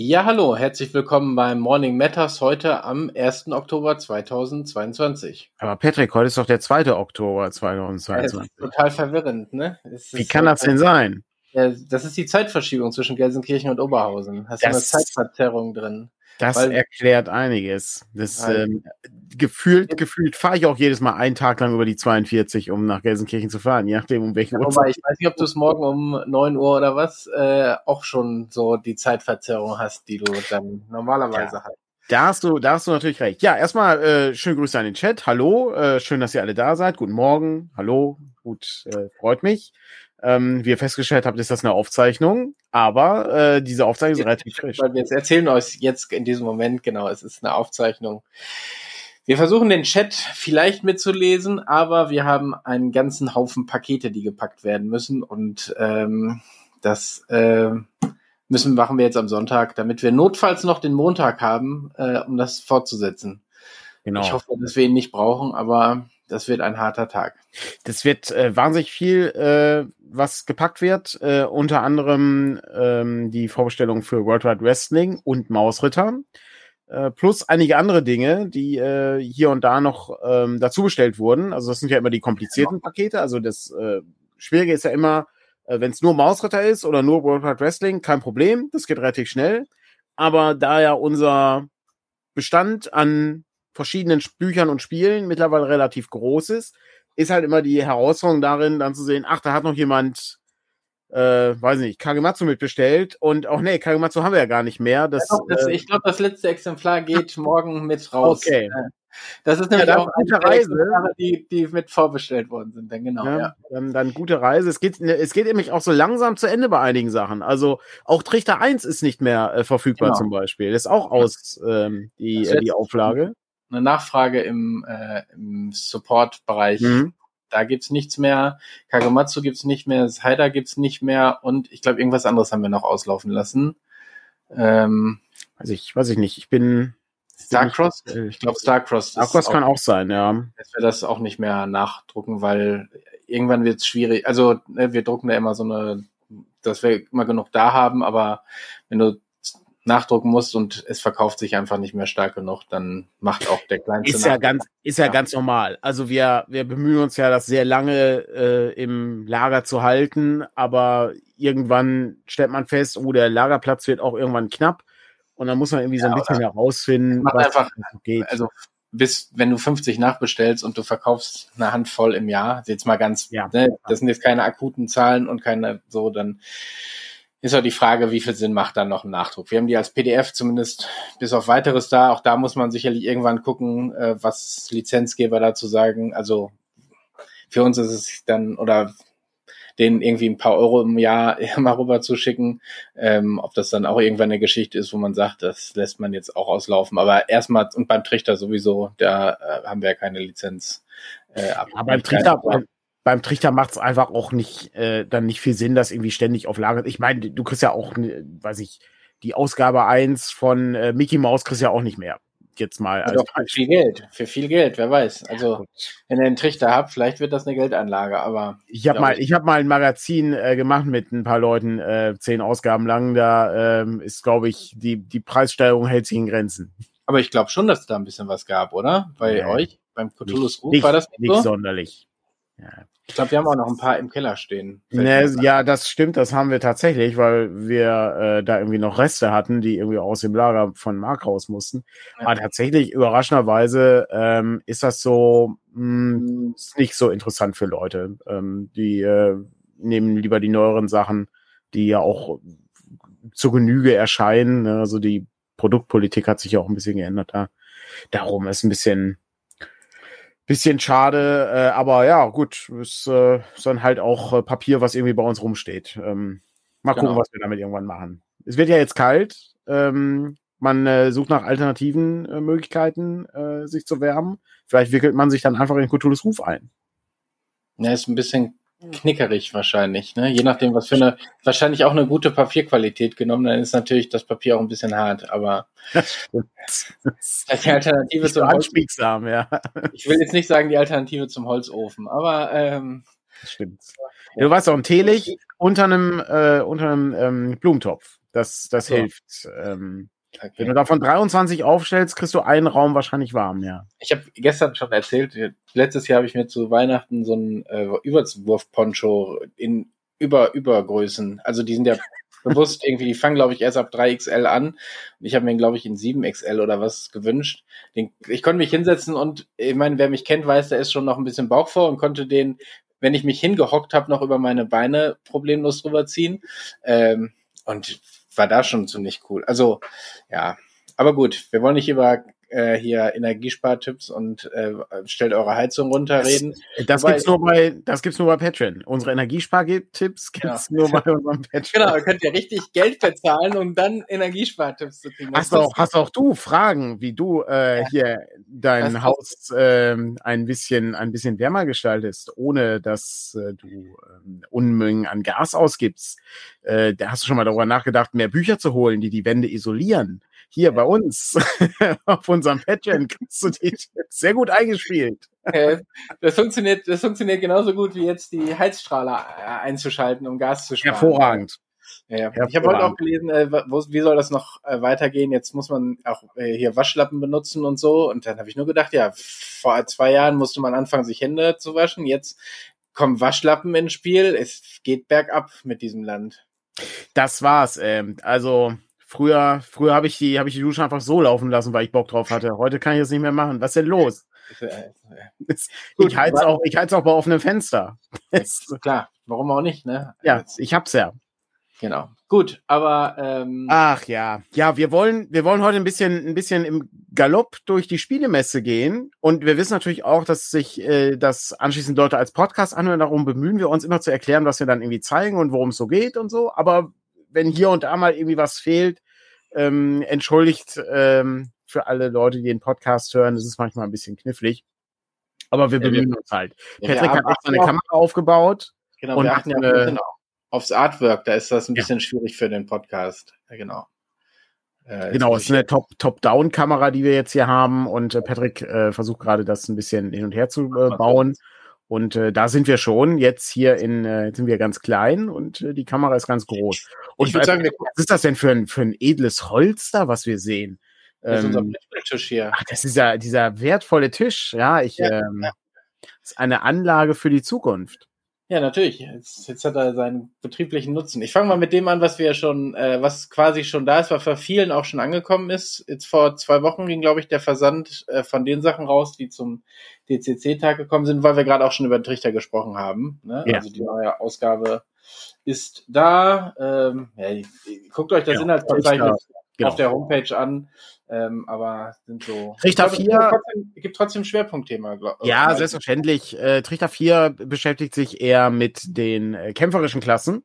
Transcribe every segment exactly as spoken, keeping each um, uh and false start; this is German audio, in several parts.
Ja, hallo, herzlich willkommen beim Morning Matters heute am ersten Oktober zweitausendzweiundzwanzig. Aber Patrick, heute ist doch der zweite Oktober zweitausendzweiundzwanzig. Das ist total verwirrend, ne? Es Wie ist kann das heute, denn sein? ja, das ist die Zeitverschiebung zwischen Gelsenkirchen und Oberhausen. Hast du eine Das, Zeitverzerrung drin? das Weil, erklärt einiges. Das, weil ähm, gefühlt, gefühlt fahre ich auch jedes Mal einen Tag lang über die zweiundvierzig, um nach Gelsenkirchen zu fahren, je nachdem, um welche ja, Uhrzeit. wobei, ich weiß nicht, ob du es morgen um neun Uhr oder was äh, auch schon so die Zeitverzerrung hast, die du dann normalerweise Ja. hast. Da hast du, da hast du natürlich recht. Ja, erstmal äh, schöne Grüße an den Chat. Hallo, äh, schön, dass ihr alle da seid. Guten Morgen. Hallo, gut, äh, freut mich. Ähm, wie ihr festgestellt habt, ist das eine Aufzeichnung, aber äh, diese Aufzeichnung ist relativ frisch. Weil wir jetzt erzählen euch jetzt in diesem Moment, genau, es ist eine Aufzeichnung. Wir versuchen den Chat vielleicht mitzulesen, aber wir haben einen ganzen Haufen Pakete, die gepackt werden müssen und ähm, das äh, müssen machen wir jetzt am Sonntag, damit wir notfalls noch den Montag haben, äh, um das fortzusetzen. Genau. Ich hoffe, dass wir ihn nicht brauchen, aber das wird ein harter Tag. Das wird äh, wahnsinnig viel, äh, was gepackt wird. Äh, unter anderem ähm, die Vorbestellung für World Wide Wrestling und Mausritter. Äh, plus einige andere Dinge, die äh, hier und da noch ähm, dazu bestellt wurden. Also das sind ja immer die komplizierten Pakete. Also das äh, Schwierige ist ja immer, äh, wenn es nur Mausritter ist oder nur World Wide Wrestling, kein Problem. Das geht relativ schnell. Aber da ja unser Bestand an verschiedenen Büchern und Spielen mittlerweile relativ groß ist, ist halt immer die Herausforderung darin, dann zu sehen, ach, da hat noch jemand, äh, weiß nicht, Kagematsu mitbestellt und auch, nee, Kagematsu haben wir ja gar nicht mehr. Das, ja, doch, das, äh, ich glaube, das letzte Exemplar geht morgen mit raus. Okay. Das ist nämlich ja, auch eine gute der Reise, Exemplare, die, die mit vorbestellt worden sind. Dann genau, ja, ja. Dann, dann gute Reise. Es geht, es geht nämlich auch so langsam zu Ende bei einigen Sachen. Also auch Trichter eins ist nicht mehr äh, verfügbar Genau. zum Beispiel. Das ist auch aus ähm, die, äh, die Auflage. Eine Nachfrage im, äh, im Support-Bereich. Mhm. Da gibt's nichts mehr. Kagematsu gibt's nicht mehr. Haider gibt's nicht mehr. Und ich glaube, irgendwas anderes haben wir noch auslaufen lassen. Ähm, Also ich weiß ich nicht. Ich bin Starcross? bin Ich glaube, Starcross. Starcross kann auch sein, ja. Dass wir das auch nicht mehr nachdrucken, weil irgendwann wird's schwierig. Also ne, wir drucken da immer so eine, dass wir immer genug da haben, aber wenn du nachdrucken musst und es verkauft sich einfach nicht mehr stark genug, dann macht auch der kleinste ist ja ganz ist ja, ja ganz normal. Also wir wir bemühen uns ja, das sehr lange äh, im Lager zu halten, aber irgendwann stellt man fest, oh, der Lagerplatz wird auch irgendwann knapp und dann muss man irgendwie so ein ja, bisschen herausfinden, was einfach geht. Also bis wenn du fünfzig nachbestellst und du verkaufst eine Handvoll im Jahr, jetzt mal ganz, ja. ne, das sind jetzt keine akuten Zahlen und keine so, dann ist auch die Frage, wie viel Sinn macht dann noch ein Nachdruck. Wir haben die als P D F zumindest bis auf Weiteres da. Auch da muss man sicherlich irgendwann gucken, was Lizenzgeber dazu sagen. Also für uns ist es dann, oder denen irgendwie ein paar Euro im Jahr mal rüber zu schicken, ähm, ob das dann auch irgendwann eine Geschichte ist, wo man sagt, das lässt man jetzt auch auslaufen. Aber erstmal, und beim Trichter sowieso, da äh, haben wir ja keine Lizenz. Äh, ab. Aber beim Trichter... Beim Trichter macht es einfach auch nicht äh, dann nicht viel Sinn, das irgendwie ständig auf Lager. Ich meine, du kriegst ja auch, weiß ich, die Ausgabe eins von äh, Mickey Mouse kriegst ja auch nicht mehr. Jetzt mal. Ja, doch, für viel Geld. Für viel Geld, wer weiß. Also, ja, wenn ihr einen Trichter habt, vielleicht wird das eine Geldanlage, aber. Ich habe mal, ich, ich habe mal ein Magazin äh, gemacht mit ein paar Leuten, äh, zehn Ausgaben lang. Da ähm, ist, glaube ich, die, die Preissteigerung hält sich in Grenzen. Aber ich glaube schon, dass es da ein bisschen was gab, oder? Bei nee, euch? Beim Cthulhu's Ruf nicht, war das nicht, nicht so? sonderlich. Ja. Ich glaube, wir haben auch noch ein paar im Keller stehen. Ne, ja, das stimmt, das haben wir tatsächlich, weil wir äh, da irgendwie noch Reste hatten, die irgendwie aus dem Lager von Mark raus mussten. Ja. Aber tatsächlich, überraschenderweise, ähm, ist das so mh, ist nicht so interessant für Leute. Ähm, die äh, nehmen lieber die neueren Sachen, die ja auch zur Genüge erscheinen. Ne? Also die Produktpolitik hat sich ja auch ein bisschen geändert da. Darum ist ein bisschen Bisschen schade, äh, aber ja, gut, ist, äh, ist dann halt auch äh, Papier, was irgendwie bei uns rumsteht. Ähm, mal gucken, genau. was wir damit irgendwann machen. Es wird ja jetzt kalt. Ähm, man äh, sucht nach alternativen äh, Möglichkeiten, äh, sich zu wärmen. Vielleicht wickelt man sich dann einfach in Cthulhu's Ruf ein. Ja, ist ein bisschen knickerig wahrscheinlich, ne? Je nachdem, was für eine, wahrscheinlich auch eine gute Papierqualität genommen, dann ist natürlich das Papier auch ein bisschen hart, aber das ist die Alternative nicht zum so anspiegsam, ja. Ich will jetzt nicht sagen die Alternative zum Holzofen, aber ähm, das stimmt. Ja, du weißt auch, ein Teelicht unter einem, äh, unter einem ähm, Blumentopf. Das, das so. hilft. Ähm, Okay. Wenn du davon dreiundzwanzig aufstellst, kriegst du einen Raum wahrscheinlich warm, ja. Ich habe gestern schon erzählt, letztes Jahr habe ich mir zu Weihnachten so einen äh, Überwurf-Poncho in über Übergrößen, also die sind ja bewusst irgendwie, die fangen, glaube ich, erst ab drei X L an. Und ich habe mir, glaube ich, in sieben X L oder was gewünscht. Den, ich konnte mich hinsetzen und, ich meine, wer mich kennt, weiß, da ist schon noch ein bisschen Bauch vor und konnte den, wenn ich mich hingehockt habe, noch über meine Beine problemlos drüber ziehen. Ähm, und war da schon ziemlich cool. Also, ja. Aber gut, wir wollen nicht über äh, hier Energiespartipps und äh, stellt eure Heizung runter reden. Das, das Wobei, gibt's nur bei, das gibt's nur bei Patreon. Unsere Energiespartipps gibt's genau. nur bei unserem Patreon. Genau, ihr könnt ja richtig Geld bezahlen, um dann Energiespartipps zu kriegen. Hast auch, hast auch du Fragen, wie du äh, ja. hier dein das Haus ähm, ein bisschen, ein bisschen wärmer gestaltest, ohne dass äh, du ähm, Unmengen an Gas ausgibst? Äh, da hast du schon mal darüber nachgedacht, mehr Bücher zu holen, die die Wände isolieren? Hier ja. bei uns auf unserem Patreon kriegst du die sehr gut eingespielt. Das funktioniert, das funktioniert genauso gut wie jetzt die Heizstrahler einzuschalten, um Gas zu sparen. Hervorragend. Ja, ja. Ich habe heute auch gelesen, äh, wo, wie soll das noch äh, weitergehen? Jetzt muss man auch äh, hier Waschlappen benutzen und so. Und dann habe ich nur gedacht, ja, vor zwei Jahren musste man anfangen, sich Hände zu waschen. Jetzt kommen Waschlappen ins Spiel. Es geht bergab mit diesem Land. Das war's. Ähm, also früher, früher habe ich die, habe ich die Dusche einfach so laufen lassen, weil ich Bock drauf hatte. Heute kann ich das nicht mehr machen. Was ist denn los? Ich heiz auch, ich heiz auch bei offenem Fenster. Klar, warum auch nicht, ne? Ja, ich hab's ja. Genau. Gut, aber ähm ach ja, ja, wir wollen, wir wollen heute ein bisschen, ein bisschen im Galopp durch die Spielemesse gehen und wir wissen natürlich auch, dass sich äh, das anschließend Leute als Podcast anhören. Darum bemühen wir uns immer zu erklären, was wir dann irgendwie zeigen und worum es so geht und so. Aber wenn hier und da mal irgendwie was fehlt, ähm, entschuldigt ähm, für alle Leute, die den Podcast hören. Das ist manchmal ein bisschen knifflig, aber wir bemühen ja, wir, uns halt. Ja, Patrick hat extra eine Kamera aufgebaut. Genau, und wir achten ja ein bisschen aufs Artwork, da ist das ein bisschen ja. schwierig für den Podcast. Ja, genau. Äh, genau, es ist eine Top, Top-Down-Kamera, die wir jetzt hier haben und äh, Patrick äh, versucht gerade das ein bisschen hin und her zu äh, bauen. Und äh, da sind wir schon. Jetzt hier in, äh, jetzt sind wir ganz klein und äh, die Kamera ist ganz groß. Und ich würde sagen, wir, was ist das denn für ein, für ein edles Holz da, was wir sehen? Das ist unser ähm, Tisch hier. Ach, das ist ja dieser wertvolle Tisch. Ja, ich, ja, ähm, ja. Das ist eine Anlage für die Zukunft. Ja, natürlich. Jetzt, jetzt hat er seinen betrieblichen Nutzen. Ich fange mal mit dem an, was wir schon, äh, was quasi schon da ist, was für vielen auch schon angekommen ist. Jetzt vor zwei Wochen ging, glaube ich, der Versand äh, von den Sachen raus, die zum D C C-Tag gekommen sind, weil wir gerade auch schon über den Trichter gesprochen haben. Ne? Ja. Also die neue Ausgabe ist da. Ähm, ja, guckt euch das ja, Inhaltsverzeichnis genau. auf der Homepage an. Ähm, aber sind so. Trichter glaub, vier. Es trotzdem, gibt trotzdem Schwerpunktthema, glaube ich. Ja, selbstverständlich. Äh, Trichter vier beschäftigt sich eher mit den äh, kämpferischen Klassen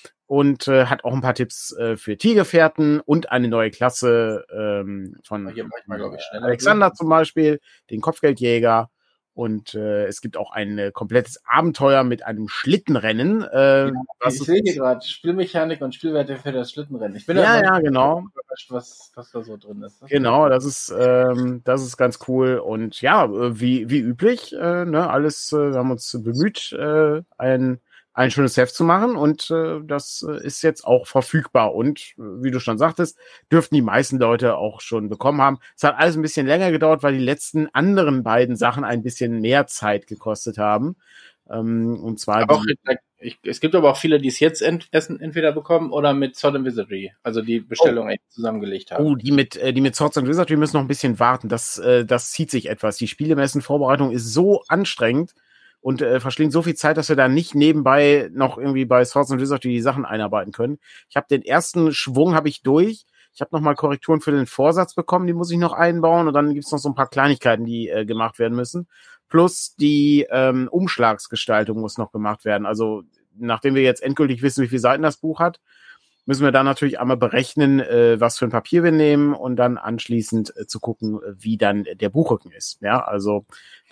und äh, hat auch ein paar Tipps äh, für Tiergefährten und eine neue Klasse ähm, von hier mal, ich, Alexander durch. Zum Beispiel, den Kopfgeldjäger. Und äh, es gibt auch ein äh, komplettes Abenteuer mit einem Schlittenrennen. Äh, ja, was ich sehe hier gerade Spielmechanik und Spielwerte für das Schlittenrennen. Ich bin ja, ja, genau. überrascht, was, was da so drin ist. Das genau, das ist, ähm, das ist ganz cool. Und ja, wie, wie üblich, äh, ne, alles, äh, wir haben uns bemüht, äh, ein, ein schönes Heft zu machen und äh, das äh, ist jetzt auch verfügbar. Und äh, wie du schon sagtest, dürften die meisten Leute auch schon bekommen haben. Es hat alles ein bisschen länger gedauert, weil die letzten anderen beiden Sachen ein bisschen mehr Zeit gekostet haben. Ähm, und zwar auch, ich, es gibt aber auch viele, die es jetzt ent, entweder bekommen oder mit Sword and Wizardry, also die Bestellung oh. zusammengelegt haben. Oh, die mit, äh, die mit Sword and Wizardry müssen noch ein bisschen warten. Das, äh, das zieht sich etwas. Die Spielemessen-Vorbereitung ist so anstrengend und äh, verschlingt so viel Zeit, dass wir da nicht nebenbei noch irgendwie bei Swords and Wizardry die Sachen einarbeiten können. Ich habe den ersten Schwung habe ich durch. Ich habe nochmal Korrekturen für den Vorsatz bekommen, die muss ich noch einbauen und dann gibt's noch so ein paar Kleinigkeiten, die äh, gemacht werden müssen. Plus die ähm, Umschlagsgestaltung muss noch gemacht werden. Also nachdem wir jetzt endgültig wissen, wie viele Seiten das Buch hat, müssen wir dann natürlich einmal berechnen, äh, was für ein Papier wir nehmen und dann anschließend äh, zu gucken, wie dann der Buchrücken ist. Ja, also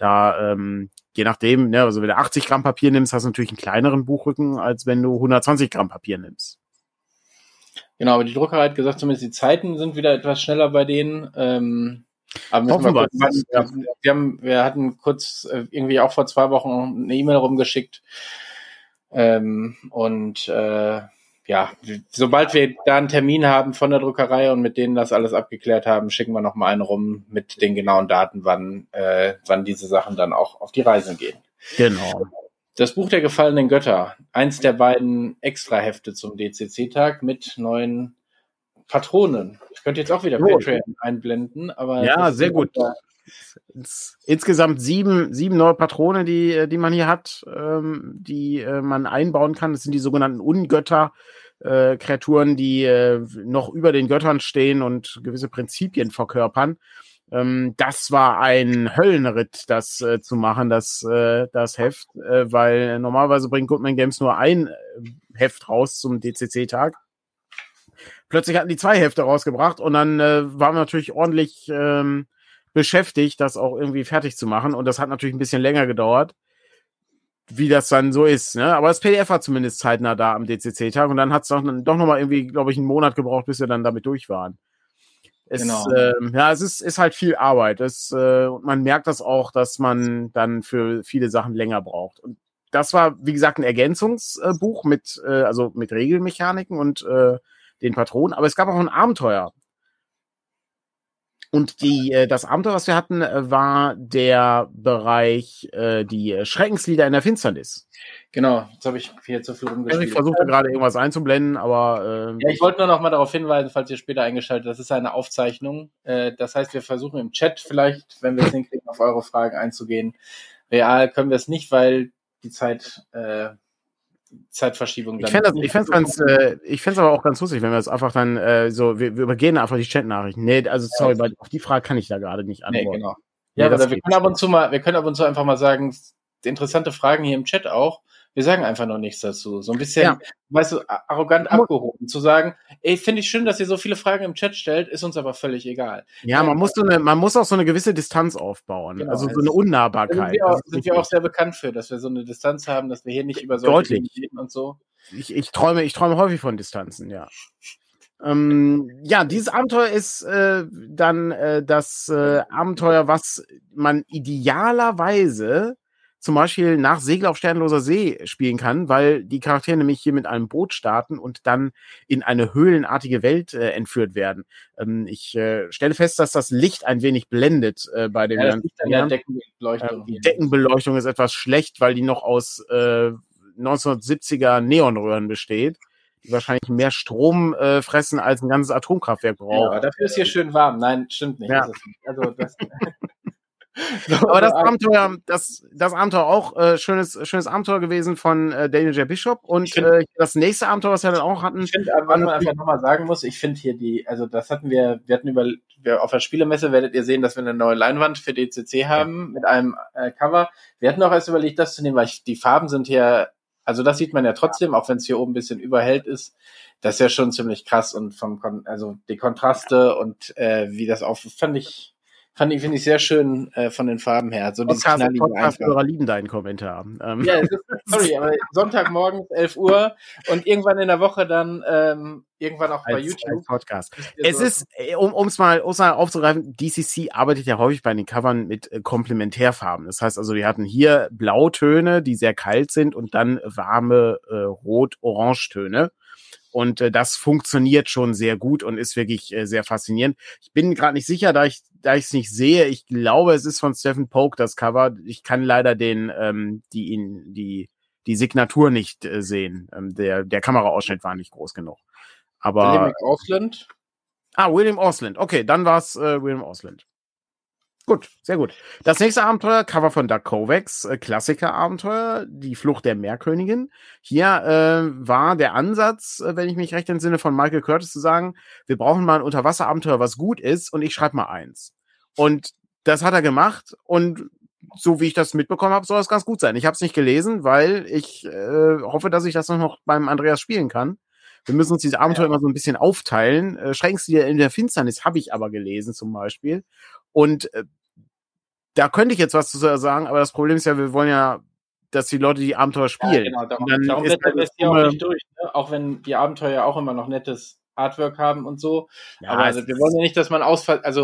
da ähm, je nachdem, ne, also wenn du achtzig Gramm Papier nimmst, hast du natürlich einen kleineren Buchrücken, als wenn du hundertzwanzig Gramm Papier nimmst. Genau, aber die Druckerei hat gesagt, zumindest die Zeiten sind wieder etwas schneller bei denen. Ähm, aber müssen wir gucken, was, ja. wir, haben, wir hatten kurz äh, irgendwie auch vor zwei Wochen eine E-Mail rumgeschickt ähm, und äh, ja, sobald wir da einen Termin haben von der Druckerei und mit denen das alles abgeklärt haben, schicken wir nochmal einen rum mit den genauen Daten, wann, äh, wann diese Sachen dann auch auf die Reisen gehen. Genau. Das Buch der gefallenen Götter, eins der beiden Extrahefte zum D C C-Tag mit neuen Patronen. Ich könnte jetzt auch wieder Gut. Patreon einblenden, aber Ja, sehr gut. Ins, insgesamt sieben, sieben neue Patronen, die, die man hier hat, ähm, die äh, man einbauen kann. Das sind die sogenannten Ungötter, äh, Kreaturen, die äh, noch über den Göttern stehen und gewisse Prinzipien verkörpern. Ähm, das war ein Höllenritt, das äh, zu machen, das, äh, das Heft, äh, weil normalerweise bringt Goodman Games nur ein äh, Heft raus zum D C C-Tag. Plötzlich hatten die zwei Hefte rausgebracht und dann äh, waren wir natürlich ordentlich ähm, beschäftigt, das auch irgendwie fertig zu machen. Und das hat natürlich ein bisschen länger gedauert, wie das dann so ist. Ne? Aber das P D F war zumindest zeitnah da am D C C-Tag und dann hat es doch, doch nochmal irgendwie, glaube ich, einen Monat gebraucht, bis wir dann damit durch waren. Es, Genau. ähm, ja, es ist, ist halt viel Arbeit. Es, äh, man merkt das auch, dass man dann für viele Sachen länger braucht. Und das war, wie gesagt, ein Ergänzungsbuch mit, äh, also mit Regelmechaniken und äh, den Patronen. Aber es gab auch ein Abenteuer. Und die, äh, das Abenteuer, was wir hatten, äh, war der Bereich, äh, die Schreckenslieder in der Finsternis. Genau, jetzt habe ich hier zu viel rumgespielt. Ich versuchte gerade irgendwas einzublenden, aber... Äh, ja, ich wollte nur noch mal darauf hinweisen, falls ihr später eingeschaltet habt, das ist eine Aufzeichnung. Äh, das heißt, wir versuchen im Chat vielleicht, wenn wir es hinkriegen, auf eure Fragen einzugehen. Real können wir es nicht, weil die Zeit... Äh, Zeitverschiebung dann. Ich fände ich fänd's ganz, äh, ich fänd's aber auch ganz lustig, wenn wir das einfach dann äh, so, wir, wir übergehen einfach die Chat-Nachrichten. Nee, also sorry, ja, auf die Frage kann ich da gerade nicht antworten. Nee, genau. Ja, nee, aber wir können ab und zu mal, wir können ab und zu einfach mal sagen, interessante Fragen hier im Chat auch. Wir sagen einfach noch nichts dazu. So ein bisschen, ja. weißt du, arrogant abgehoben. Zu sagen, ey, finde ich schön, dass ihr so viele Fragen im Chat stellt, ist uns aber völlig egal. Ja, man muss so eine, man muss auch so eine gewisse Distanz aufbauen. Genau, also so eine Unnahbarkeit. Sind wir, auch, sind wir auch sehr bekannt für, dass wir so eine Distanz haben, dass wir hier nicht über solche Dinge reden und so. Ich, ich träume, ich träume häufig von Distanzen, ja. ähm, ja, dieses Abenteuer ist äh, dann äh, das äh, Abenteuer, was man idealerweise zum Beispiel nach Segel auf sternloser See spielen kann, weil die Charaktere nämlich hier mit einem Boot starten und dann in eine höhlenartige Welt äh, entführt werden. Ähm, ich äh, stelle fest, dass das Licht ein wenig blendet äh, bei dem ja, das Licht an der Deckenbeleuchtung. Äh, die Deckenbeleuchtung ist etwas schlecht, weil die noch aus äh, neunzehnhundertsiebziger Neonröhren besteht, die wahrscheinlich mehr Strom äh, fressen, als ein ganzes Atomkraftwerk braucht. Ja, aber dafür ist hier schön warm. Nein, stimmt nicht. Ja. Das ist nicht. Also das So, aber das Abenteuer, das, das Abenteuer auch äh, schönes, schönes Abenteuer gewesen von äh, Daniel J. Bishop und find, äh, das nächste Abenteuer, was wir dann auch hatten. Ich finde, was man einfach nochmal sagen muss, ich finde hier die, also das hatten wir, wir hatten über, wir auf der Spielemesse werdet ihr sehen, dass wir eine neue Leinwand für D C C haben, ja, mit einem äh, Cover. Wir hatten auch erst überlegt, das zu nehmen, weil ich, die Farben sind hier, also das sieht man ja trotzdem, auch wenn es hier oben ein bisschen überhellt ist. Das ist ja schon ziemlich krass und vom, Kon- also die Kontraste und äh, wie das auf, fand ich, Fand ich, finde ich sehr schön äh, von den Farben her. So dieses knallige Podcast-Hörer lieben deinen Kommentar. Ähm. Ja, es ist, sorry, aber Sonntagmorgen, elf Uhr und irgendwann in der Woche dann ähm, irgendwann auch als, bei YouTube. Als Podcast. Es so ist, um es mal, mal aufzugreifen, D C C arbeitet ja häufig bei den Covern mit äh, Komplementärfarben. Das heißt also, wir hatten hier Blautöne, die sehr kalt sind und dann warme äh, Rot-Orange-Töne. Und äh, das funktioniert schon sehr gut und ist wirklich äh, sehr faszinierend. Ich bin gerade nicht sicher, da ich da ich es nicht sehe. Ich glaube, es ist von Stephen Polk, das Cover. Ich kann leider den ähm, die ihn die die Signatur nicht äh, sehen. Ähm, der der Kameraausschnitt war nicht groß genug. Aber William Osland. Ah, William Osland. Okay, dann war es äh, William Osland. Gut, sehr gut. Das nächste Abenteuer, Cover von Doug Kovacs, äh, Klassiker-Abenteuer, die Flucht der Meerkönigin. Hier äh, war der Ansatz, äh, wenn ich mich recht entsinne, von Michael Curtis zu sagen, wir brauchen mal ein Unterwasser-Abenteuer, was gut ist, und ich schreibe mal eins. Und das hat er gemacht, und so wie ich das mitbekommen habe, soll es ganz gut sein. Ich habe es nicht gelesen, weil ich äh, hoffe, dass ich das noch beim Andreas spielen kann. Wir müssen uns diese Abenteuer ja. immer so ein bisschen aufteilen. Äh, Schreckenslieder in der Finsternis habe ich aber gelesen zum Beispiel. Und äh, da könnte ich jetzt was zu sagen, aber das Problem ist ja, wir wollen ja, dass die Leute die Abenteuer spielen. Ja, genau, darum, dann darum lässt das hier auch nicht durch, ne? Auch wenn die Abenteuer auch immer noch nettes Artwork haben und so. Ja, aber also, wir wollen ja nicht, dass man ausfällt, also es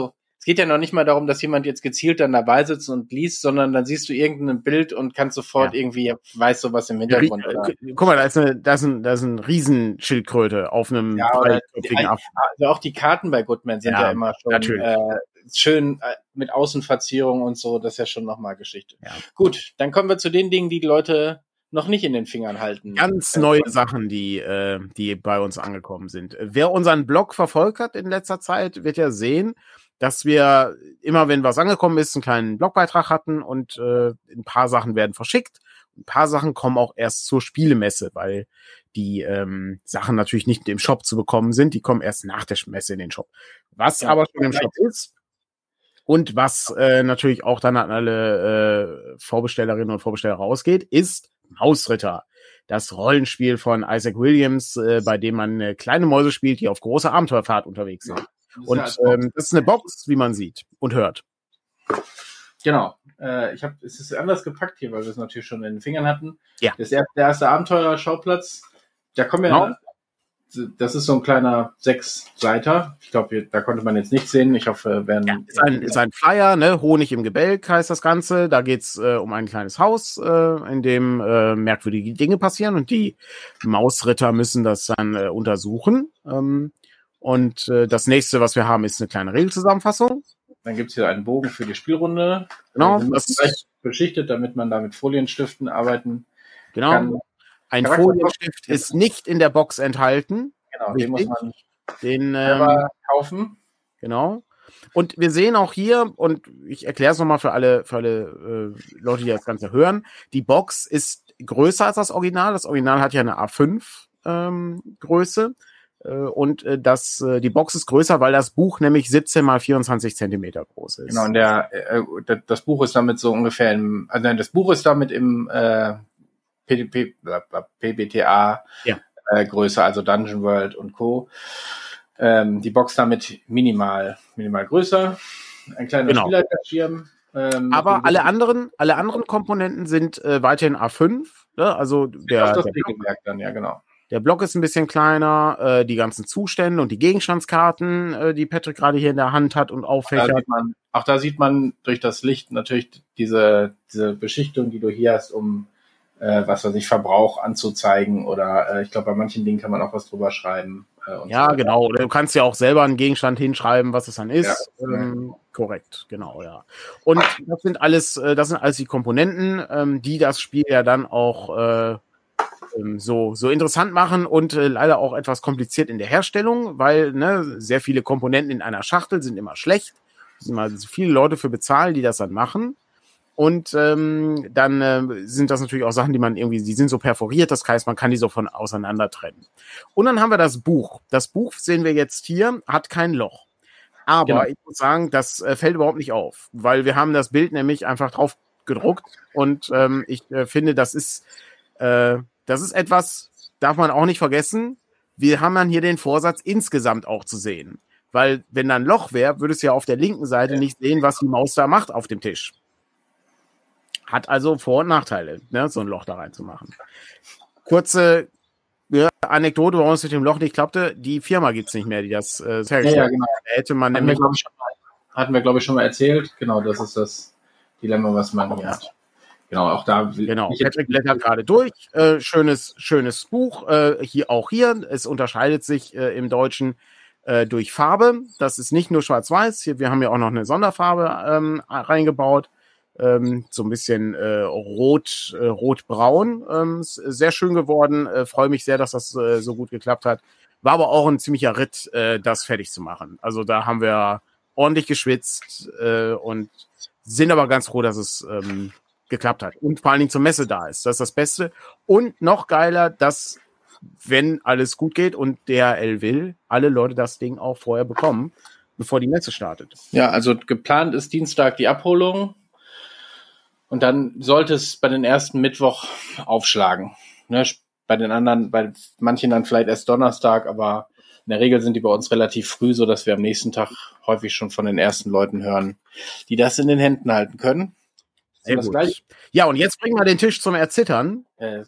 geht ja noch nicht mal darum, dass jemand jetzt gezielt dann dabei sitzt und liest, sondern dann siehst du irgendein Bild und kannst sofort ja. irgendwie, weißt du, was im Hintergrund ist. Guck mal, da ist, eine, da ist ein, da ist ein Riesenschildkröte auf einem ja, dreiköpfigen Affen. Also auch die Karten bei Goodman sind ja, ja immer schon äh, schön äh, mit Außenverzierung und so, das ist ja schon nochmal Geschichte. Ja. Gut, dann kommen wir zu den Dingen, die die Leute noch nicht in den Fingern halten. Ganz neue Sachen, die, äh, die bei uns angekommen sind. Wer unseren Blog verfolgt hat in letzter Zeit, wird ja sehen, dass wir immer, wenn was angekommen ist, einen kleinen Blogbeitrag hatten und äh, ein paar Sachen werden verschickt. Ein paar Sachen kommen auch erst zur Spielemesse, weil die ähm, Sachen natürlich nicht im Shop zu bekommen sind. Die kommen erst nach der Messe in den Shop. Was ja, aber schon im Shop ist und was äh, natürlich auch dann an alle äh, Vorbestellerinnen und Vorbesteller rausgeht, ist Mausritter. Das Rollenspiel von Isaac Williams, äh, bei dem man äh, kleine Mäuse spielt, die auf großer Abenteuerfahrt unterwegs sind. Ja, und ähm, das ist eine Box, wie man sieht und hört. Genau. Äh, ich habe, es ist anders gepackt hier, weil wir es natürlich schon in den Fingern hatten. Ja. Das erste, der erste Abenteuer-Schauplatz, da kommen wir, genau. Das ist so ein kleiner Sechsseiter. Ich glaube, da konnte man jetzt nicht sehen. Ich hoffe, werden. Ja, ist, ein, ist ein Flyer, ne? Honig im Gebälk heißt das Ganze. Da geht's äh, um ein kleines Haus, äh, in dem äh, merkwürdige Dinge passieren und die Mausritter müssen das dann äh, untersuchen. Ähm, und äh, das nächste, was wir haben, ist eine kleine Regelzusammenfassung. Dann gibt's hier einen Bogen für die Spielrunde. Genau. Das ist leicht beschichtet, damit man da mit Folienstiften arbeiten genau. kann. Ein Folienstift ist nicht in der Box enthalten. Genau, den muss man den, selber ähm, kaufen. Genau. Und wir sehen auch hier, und ich erkläre es nochmal für alle, für alle äh, Leute, die das Ganze hören, die Box ist größer als das Original. Das Original hat ja eine A fünf ähm, Größe. Äh, und äh, das, äh, die Box ist größer, weil das Buch nämlich siebzehn mal vierundzwanzig Zentimeter groß ist. Genau, und der, äh, das Buch ist damit so ungefähr im, also das Buch ist damit im äh, P B T A ja. äh, Größe, also Dungeon World und Co. Ähm, die Box damit minimal, minimal größer. Ein kleiner genau. Spielleiterschirm. Ähm, Aber alle anderen, alle anderen Komponenten sind äh, weiterhin A fünf. Ne? Also der, das der, Regelwerk dann, ja, genau. Der Block ist ein bisschen kleiner, äh, die ganzen Zustände und die Gegenstandskarten, äh, die Patrick gerade hier in der Hand hat und auffächert. Da sieht man, auch da sieht man durch das Licht natürlich diese, diese Beschichtung, die du hier hast, um äh, was weiß ich, Verbrauch anzuzeigen oder äh, ich glaube, bei manchen Dingen kann man auch was drüber schreiben. Äh, und ja, so genau. Oder du kannst ja auch selber einen Gegenstand hinschreiben, was es dann ist. Ja, ähm, ja. Korrekt, genau, ja. Und das sind alles, äh, das sind alles die Komponenten, ähm, die das Spiel ja dann auch äh, ähm, so so interessant machen und äh, leider auch etwas kompliziert in der Herstellung, weil ne, sehr viele Komponenten in einer Schachtel sind immer schlecht. Es sind mal so viele Leute für bezahlen, die das dann machen. Und ähm, dann äh, sind das natürlich auch Sachen, die man irgendwie, die sind so perforiert, das heißt, man kann die so von auseinander trennen. Und dann haben wir das Buch. Das Buch sehen wir jetzt hier, hat kein Loch. Aber genau. Ich muss sagen, das äh, fällt überhaupt nicht auf, weil wir haben das Bild nämlich einfach drauf gedruckt und ähm, ich äh, finde, das ist äh, das ist etwas, darf man auch nicht vergessen, wir haben dann hier den Vorsatz, insgesamt auch zu sehen. Weil wenn da ein Loch wäre, würdest du ja auf der linken Seite ja. nicht sehen, was die Maus da macht auf dem Tisch. Hat also Vor- und Nachteile, ne, so ein Loch da reinzumachen. Kurze ja, Anekdote, warum es mit dem Loch nicht klappte. Die Firma gibt's nicht mehr, die das äh, ja, ja, genau. hätte man hatten nämlich... Wir, ich, hatten wir, glaube ich, schon mal erzählt. Genau, das ist das Dilemma, was man hier hat. Genau, auch da... Genau, Patrick blättert gerade durch. Äh, schönes, schönes Buch. Äh, hier auch hier. Es unterscheidet sich äh, im Deutschen äh, durch Farbe. Das ist nicht nur schwarz-weiß. Hier, wir haben ja auch noch eine Sonderfarbe ähm, reingebaut. Ähm, so ein bisschen äh, rot, äh, rot-braun. Ähm, sehr schön geworden. Äh, freue mich sehr, dass das äh, so gut geklappt hat. War aber auch ein ziemlicher Ritt, äh, das fertig zu machen. Also da haben wir ordentlich geschwitzt äh, und sind aber ganz froh, dass es ähm, geklappt hat. Und vor allen Dingen zur Messe da ist. Das ist das Beste. Und noch geiler, dass, wenn alles gut geht und D H L will, alle Leute das Ding auch vorher bekommen, bevor die Messe startet. Ja, also geplant ist Dienstag die Abholung. Und dann sollte es bei den ersten Mittwoch aufschlagen. Ne, bei den anderen, bei manchen dann vielleicht erst Donnerstag, aber in der Regel sind die bei uns relativ früh, so dass wir am nächsten Tag häufig schon von den ersten Leuten hören, die das in den Händen halten können. Sehr gut. Gleich? Ja, und jetzt bringen wir den Tisch zum Erzittern. Äh,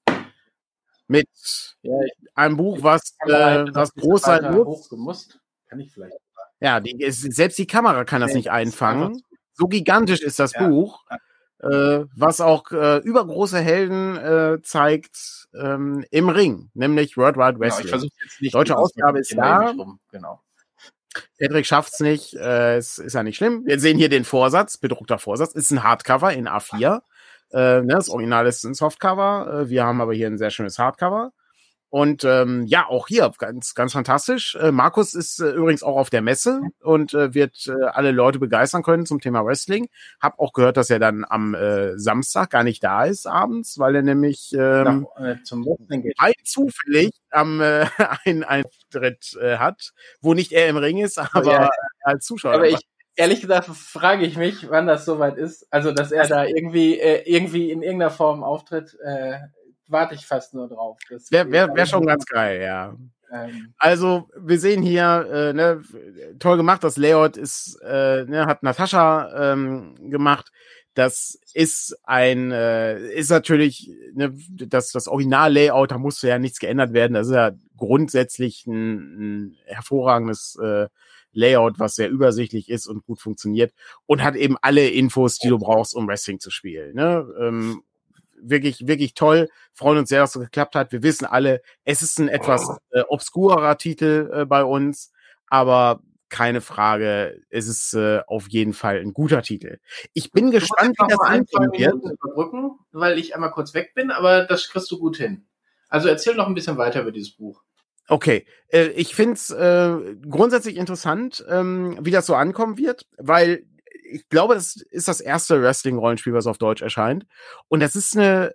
mit ja, ich, einem Buch, was, äh, was groß sein wird. Hochgemusst. Kann ich vielleicht. Ja, die, selbst die Kamera kann das nee, nicht einfangen. Das so gigantisch ist das ja. Buch, äh, was auch äh, übergroße Helden äh, zeigt ähm, im Ring, nämlich World Wide Wrestling. Genau, ich versuche jetzt nicht. Deutsche Ausgabe ist da. Genau. Patrick schafft's nicht, äh, es ist ja nicht schlimm. Wir sehen hier den Vorsatz, bedruckter Vorsatz, ist ein Hardcover in A vier. Äh, ne, das Original ist ein Softcover. Äh, wir haben aber hier ein sehr schönes Hardcover. Und ähm, ja, auch hier ganz ganz fantastisch. Äh, Markus ist äh, übrigens auch auf der Messe und äh, wird äh, alle Leute begeistern können zum Thema Wrestling. Hab auch gehört, dass er dann am äh, Samstag gar nicht da ist abends, weil er nämlich ähm, Nach, äh, zum Wrestling geht. Zufällig am äh, einen Eintritt äh, hat, wo nicht er im Ring ist, aber ja, als Zuschauer. Aber ich, ehrlich gesagt frage ich mich, wann das soweit ist. Also, dass er da irgendwie äh, irgendwie in irgendeiner Form auftritt. Äh, warte ich fast nur drauf. Wäre wär, wär schon ganz geil, ja. Ähm. Also, wir sehen hier, äh, ne, toll gemacht, das Layout ist, äh, ne, hat Natascha ähm, gemacht. Das ist ein, äh, ist natürlich, ne, das, das Original-Layout, da musste ja nichts geändert werden. Das ist ja grundsätzlich ein, ein hervorragendes äh, Layout, was sehr übersichtlich ist und gut funktioniert und hat eben alle Infos, die du brauchst, um Wrestling zu spielen, ne? Ähm, wirklich, wirklich toll. Freuen uns sehr, dass es geklappt hat. Wir wissen alle, es ist ein etwas äh, obskurerer Titel äh, bei uns, aber keine Frage, es ist äh, auf jeden Fall ein guter Titel. Ich bin du gespannt, wie das anfangen wird. Überbrücken, weil ich einmal kurz weg bin, aber das kriegst du gut hin. Also erzähl noch ein bisschen weiter über dieses Buch. Okay, äh, ich finde es äh, grundsätzlich interessant, ähm, wie das so ankommen wird, weil ich glaube, das ist das erste Wrestling-Rollenspiel, was auf Deutsch erscheint. Und das ist eine,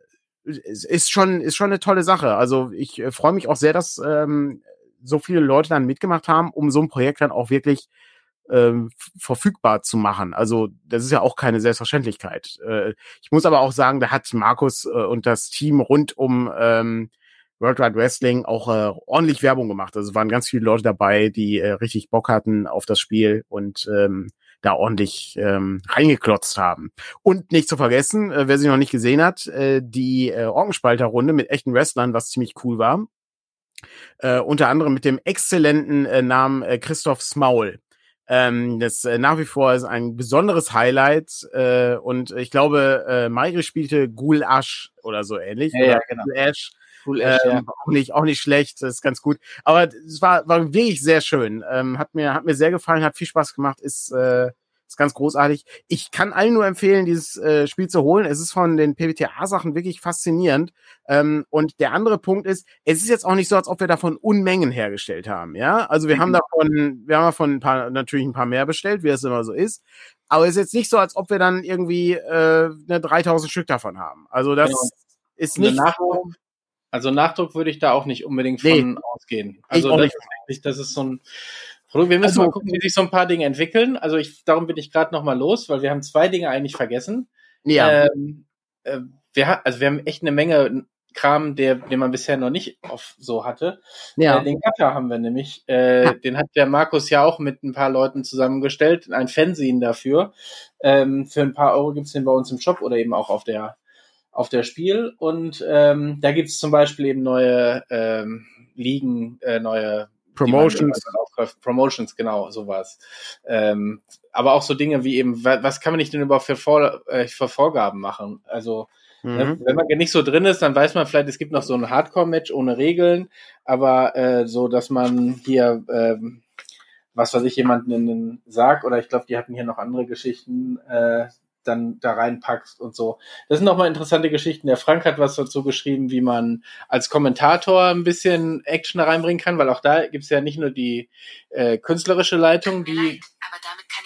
ist schon, ist schon eine tolle Sache. Also ich äh, freue mich auch sehr, dass ähm, so viele Leute dann mitgemacht haben, um so ein Projekt dann auch wirklich ähm, verfügbar zu machen. Also das ist ja auch keine Selbstverständlichkeit. Äh, ich muss aber auch sagen, da hat Markus äh, und das Team rund um ähm, World Wide Wrestling auch äh, ordentlich Werbung gemacht. Also es waren ganz viele Leute dabei, die äh, richtig Bock hatten auf das Spiel und ähm, da ordentlich ähm, reingeklotzt haben. Und nicht zu vergessen, äh, wer sie noch nicht gesehen hat, äh, die äh, Orgenspalter-Runde mit echten Wrestlern, was ziemlich cool war. Äh, unter anderem mit dem exzellenten äh, Namen äh, Christoph Smaul. Ähm, das äh, nach wie vor ist ein besonderes Highlight äh, und ich glaube, äh, Mairi spielte Ghoul Ash oder so ähnlich. Ja, ja, genau. Ghoul Ash. Cool, ähm, ja. auch nicht, auch nicht schlecht, das ist ganz gut. Aber es war, war wirklich sehr schön. Ähm, hat mir, hat mir sehr gefallen, hat viel Spaß gemacht, ist, äh, ist ganz großartig. Ich kann allen nur empfehlen, dieses äh, Spiel zu holen. Es ist von den P B T A-Sachen wirklich faszinierend. Ähm, und der andere Punkt ist, es ist jetzt auch nicht so, als ob wir davon Unmengen hergestellt haben, ja. Also wir mhm. haben davon, wir haben davon ein paar, natürlich ein paar mehr bestellt, wie es immer so ist. Aber es ist jetzt nicht so, als ob wir dann irgendwie äh, ne, dreitausend Stück davon haben. Also das genau. ist nicht so. Also Nachdruck würde ich da auch nicht unbedingt von nee, ausgehen. Also das ist, eigentlich, das ist so ein Produkt. Wir müssen also, mal gucken, wie sich so ein paar Dinge entwickeln. Also ich, darum bin ich gerade noch mal los, weil wir haben zwei Dinge eigentlich vergessen. Ja. Ähm, äh, wir, also wir haben echt eine Menge Kram, der, den man bisher noch nicht auf so hatte. Ja. Äh, den Cutter haben wir nämlich. Äh, ja. Den hat der Markus ja auch mit ein paar Leuten zusammengestellt. Ein Fanzine dafür. Ähm, für ein paar Euro gibt's den bei uns im Shop oder eben auch auf der auf der Spiel und ähm, da gibt es zum Beispiel eben neue ähm, Ligen, äh, neue Promotions. Promotions, genau, sowas. Ähm, aber auch so Dinge wie eben, was kann man nicht denn überhaupt für, Vor äh, für Vorgaben machen? Also mhm. ne, wenn man nicht so drin ist, dann weiß man vielleicht, es gibt noch so ein Hardcore-Match ohne Regeln, aber äh, so, dass man hier ähm, was weiß ich, jemanden in den Sarg oder ich glaube, die hatten hier noch andere Geschichten, äh, dann da reinpackst und so. Das sind nochmal interessante Geschichten. Der Frank hat was dazu geschrieben, wie man als Kommentator ein bisschen Action reinbringen kann, weil auch da gibt's ja nicht nur die äh, künstlerische Leitung, die... Aber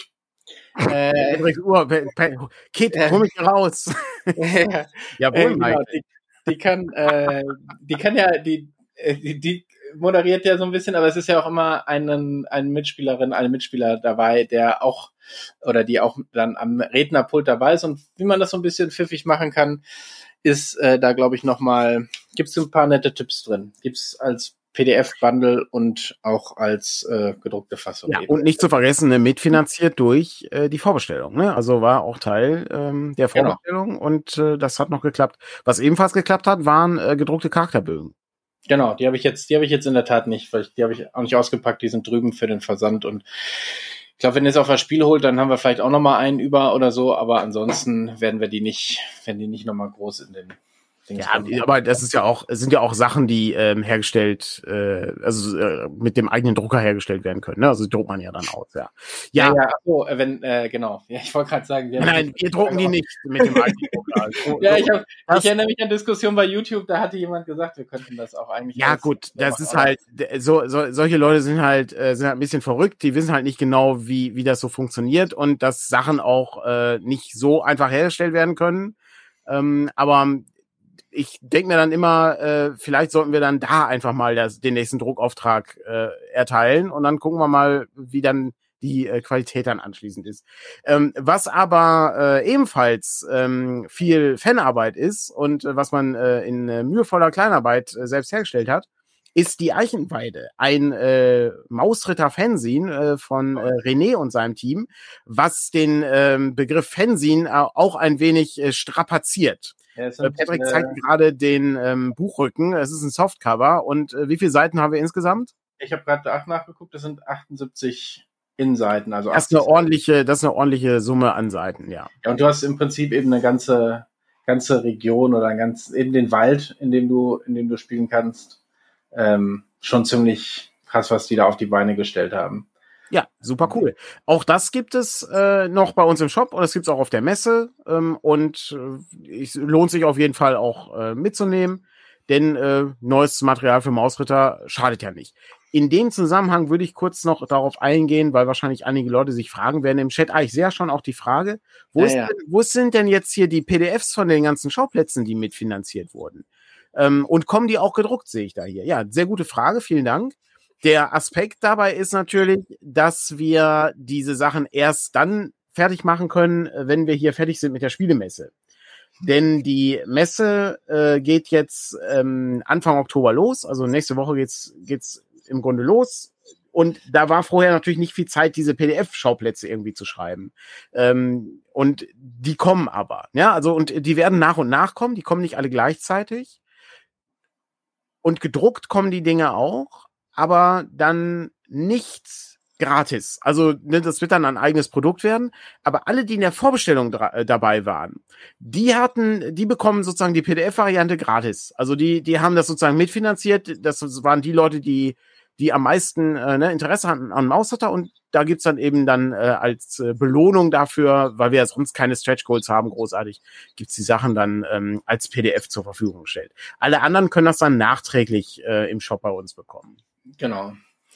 damit kann ich... Äh, Uhr, Kid, hol mich raus. ja, Jawohl, äh, genau, die, die kann, äh, die kann ja, die, die, die moderiert ja so ein bisschen, aber es ist ja auch immer einen, eine Mitspielerin, eine Mitspieler dabei, der auch oder die auch dann am Rednerpult dabei ist und wie man das so ein bisschen pfiffig machen kann, ist äh, da glaube ich nochmal, gibt es ein paar nette Tipps drin. Gibt es als P D F-Bundle und auch als äh, gedruckte Fassung. Ja, und nicht zu vergessen, ne, mitfinanziert durch äh, die Vorbestellung. Ne? Also war auch Teil ähm, der Vorbestellung genau. und äh, das hat noch geklappt. Was ebenfalls geklappt hat, waren äh, gedruckte Charakterbögen. Genau, die habe ich jetzt, die habe ich jetzt in der Tat nicht, weil ich, die habe ich auch nicht ausgepackt, die sind drüben für den Versand und ich glaube, wenn ihr es auf das Spiel holt, dann haben wir vielleicht auch nochmal einen über oder so, aber ansonsten werden wir die nicht, werden die nicht nochmal groß in den Dings Ja, kommen. aber das ist ja auch, es sind ja auch Sachen, die ähm, hergestellt, äh, also äh, mit dem eigenen Drucker hergestellt werden können. Ne? Also die druckt man ja dann aus, ja. Ja, Ja, ja, ach so, äh, wenn, äh, genau. Ja, ich wollte gerade sagen, wir haben nein, wir drucken die nicht mit dem eigenen Drucker. Also, Ja, so, ich, hab, das, ich erinnere mich an Diskussionen bei YouTube, da hatte jemand gesagt, wir könnten das auch eigentlich. ja alles gut, so das machen, ist oder? halt, so, so solche Leute sind halt, äh, sind halt ein bisschen verrückt, die wissen halt nicht genau, wie, wie das so funktioniert und dass Sachen auch äh, nicht so einfach hergestellt werden können. Ähm, aber ich denke mir dann immer, äh, vielleicht sollten wir dann da einfach mal das, den nächsten Druckauftrag äh, erteilen und dann gucken wir mal, wie dann die äh, Qualität dann anschließend ist. Ähm, was aber äh, ebenfalls ähm, viel Fanarbeit ist und äh, was man äh, in äh, mühevoller Kleinarbeit äh, selbst hergestellt hat, ist die Eichenweide, ein äh, Mausritter-Fanzine äh, von äh, René und seinem Team, was den ähm, Begriff Fanzine äh, auch ein wenig äh, strapaziert. Ja, es Äh, sind, Patrick äh, zeigt gerade den ähm, Buchrücken. Es ist ein Softcover. Und äh, wie viele Seiten haben wir insgesamt? ich habe gerade auch nachgeguckt, das sind achtundsiebzig Innenseiten, also Das ist achtzig eine Seiten. ordentliche, das ist eine ordentliche Summe an Seiten, ja. Ja, und du hast im Prinzip eben eine ganze, ganze Region oder ein ganz, eben den Wald, in dem du, in dem du spielen kannst. Ähm, schon ziemlich krass, was die da auf die Beine gestellt haben. Ja, super cool. Auch das gibt es äh, noch bei uns im Shop und das gibt es auch auf der Messe. Ähm, und äh, es lohnt sich auf jeden Fall auch äh, mitzunehmen, denn äh, neues Material für Mausritter schadet ja nicht. In dem Zusammenhang würde ich kurz noch darauf eingehen, weil wahrscheinlich einige Leute sich fragen werden im Chat. Ah, ich sehe ja schon auch die Frage, wo, Ja, ist ja. denn, wo sind denn jetzt hier die P D Fs von den ganzen Schauplätzen, die mitfinanziert wurden? Ähm, und kommen die auch gedruckt, sehe ich da hier. Ja, sehr gute Frage, vielen Dank. Der Aspekt dabei ist natürlich, dass wir diese Sachen erst dann fertig machen können, wenn wir hier fertig sind mit der Spielemesse. Denn die Messe äh, geht jetzt ähm, Anfang Oktober los, also nächste Woche geht's geht's im Grunde los. Und da war vorher natürlich nicht viel Zeit, diese P D F-Schauplätze irgendwie zu schreiben. Ähm, und die kommen aber, ja, also und die werden nach und nach kommen, die kommen nicht alle gleichzeitig. Und gedruckt kommen die Dinge auch, aber dann nicht gratis. Also ne, das wird dann ein eigenes Produkt werden. Aber alle, die in der Vorbestellung dra- äh, dabei waren, die hatten, die bekommen sozusagen die P D F-Variante gratis. Also die, die haben das sozusagen mitfinanziert. Das waren die Leute, die, die am meisten äh, ne, Interesse hatten an Mausritter. Und da gibt's dann eben dann äh, als äh, Belohnung dafür, weil wir ja sonst keine Stretch Goals haben, großartig, gibt's die Sachen dann ähm, als P D F zur Verfügung gestellt. Alle anderen können das dann nachträglich äh, im Shop bei uns bekommen. Genau.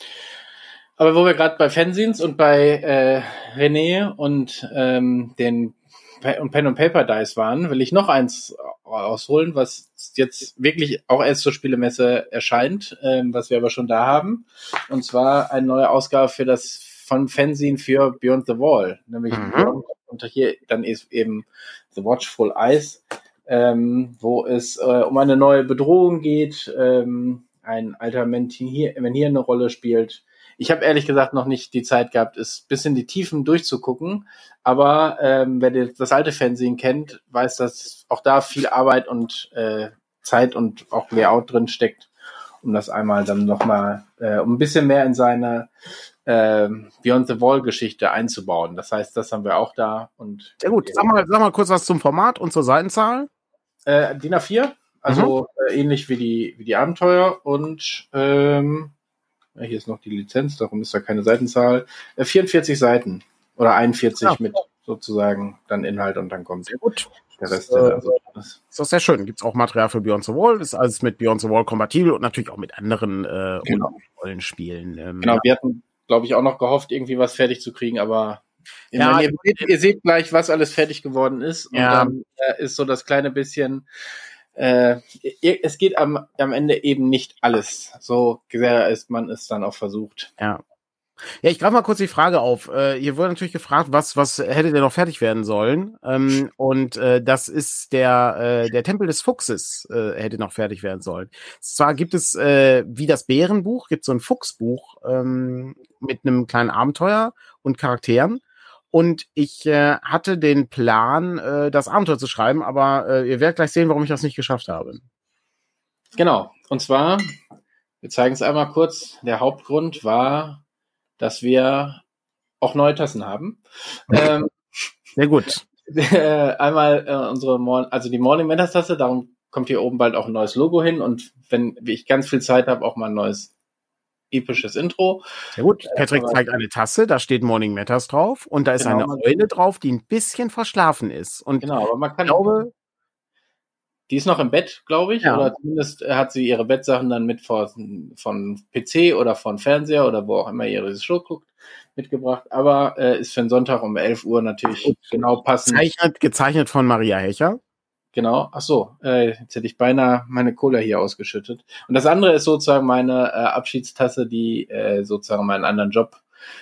Aber wo wir gerade bei Fanzines und bei äh, René und ähm, den Pe- und Pen and Paper Dice waren, will ich noch eins ausholen, was jetzt wirklich auch erst zur Spielemesse erscheint, ähm, was wir aber schon da haben. Und zwar eine neue Ausgabe für das von Fanzine für Beyond the Wall, nämlich Mhm. Beyond, und hier dann ist eben The Watchful Eyes, ähm, wo es äh, um eine neue Bedrohung geht, ähm, ein alter Menhir, Menhir eine Rolle spielt. Ich habe ehrlich gesagt noch nicht die Zeit gehabt, es bis in die Tiefen durchzugucken, aber ähm, wer das alte Fernsehen kennt, weiß, dass auch da viel Arbeit und äh, Zeit und auch Layout drin steckt, um das einmal dann nochmal, äh, um ein bisschen mehr in seine äh, Beyond the Wall Geschichte einzubauen. Das heißt, das haben wir auch da. Und Sehr gut. Sag mal, sag mal kurz was zum Format und zur Seitenzahl. Äh, D I N A vier, also äh, ähnlich wie die, wie die Abenteuer und ähm, ja, hier ist noch die Lizenz, darum ist da keine Seitenzahl. Äh, vierundvierzig Seiten oder einundvierzig Ja. mit sozusagen dann Inhalt und dann kommt Sehr gut. der Rest. Äh, Also, das, Ist doch sehr schön. Gibt's auch Material für Beyond the Wall. Ist alles mit Beyond the Wall kompatibel und natürlich auch mit anderen äh, Genau. Rollenspielen. Ähm, genau, ja. wir hatten, glaube ich, auch noch gehofft, irgendwie was fertig zu kriegen, aber ich Ja, meine, ihr, seht, ihr seht gleich, was alles fertig geworden ist. Und Ja. dann äh, ist so das kleine bisschen, äh, es geht am, am Ende eben nicht alles. So sehr ist man es dann auch versucht. Ja. Ja, ich greife mal kurz die Frage auf. Äh, hier wurde natürlich gefragt, was was hätte denn noch fertig werden sollen? Ähm, und äh, das ist der äh, der Tempel des Fuchses äh, hätte noch fertig werden sollen. Zwar gibt es äh, wie das Bärenbuch, gibt so ein Fuchsbuch ähm, mit einem kleinen Abenteuer und Charakteren. Und ich äh, hatte den Plan, äh, das Abenteuer zu schreiben, aber äh, ihr werdet gleich sehen, warum ich das nicht geschafft habe. Genau. Und zwar, wir zeigen es einmal kurz. Der Hauptgrund war, dass wir auch neue Tassen haben. ähm, Sehr gut. einmal äh, unsere, Mor- also die Morning Matters Tasse, darum kommt hier oben bald auch ein neues Logo hin und wenn ich ganz viel Zeit habe, auch mal ein neues episches Intro. Sehr gut. Patrick äh, zeigt eine Tasse, da steht Morning Matters drauf und da ist Genau, eine man- Eule drauf, die ein bisschen verschlafen ist. Und Genau, aber man ich kann, glaube, die ist noch im Bett, glaube ich, Ja. oder zumindest hat sie ihre Bettsachen dann mit von, von P C oder von Fernseher oder wo auch immer ihr das Show guckt, mitgebracht, aber äh, ist für einen Sonntag um elf Uhr natürlich Und genau passend. zeichnet, gezeichnet von Maria Hecher. Genau, ach so, äh, jetzt hätte ich beinahe meine Cola hier ausgeschüttet. Und das andere ist sozusagen meine äh, Abschiedstasse, die äh, sozusagen meinen anderen Job,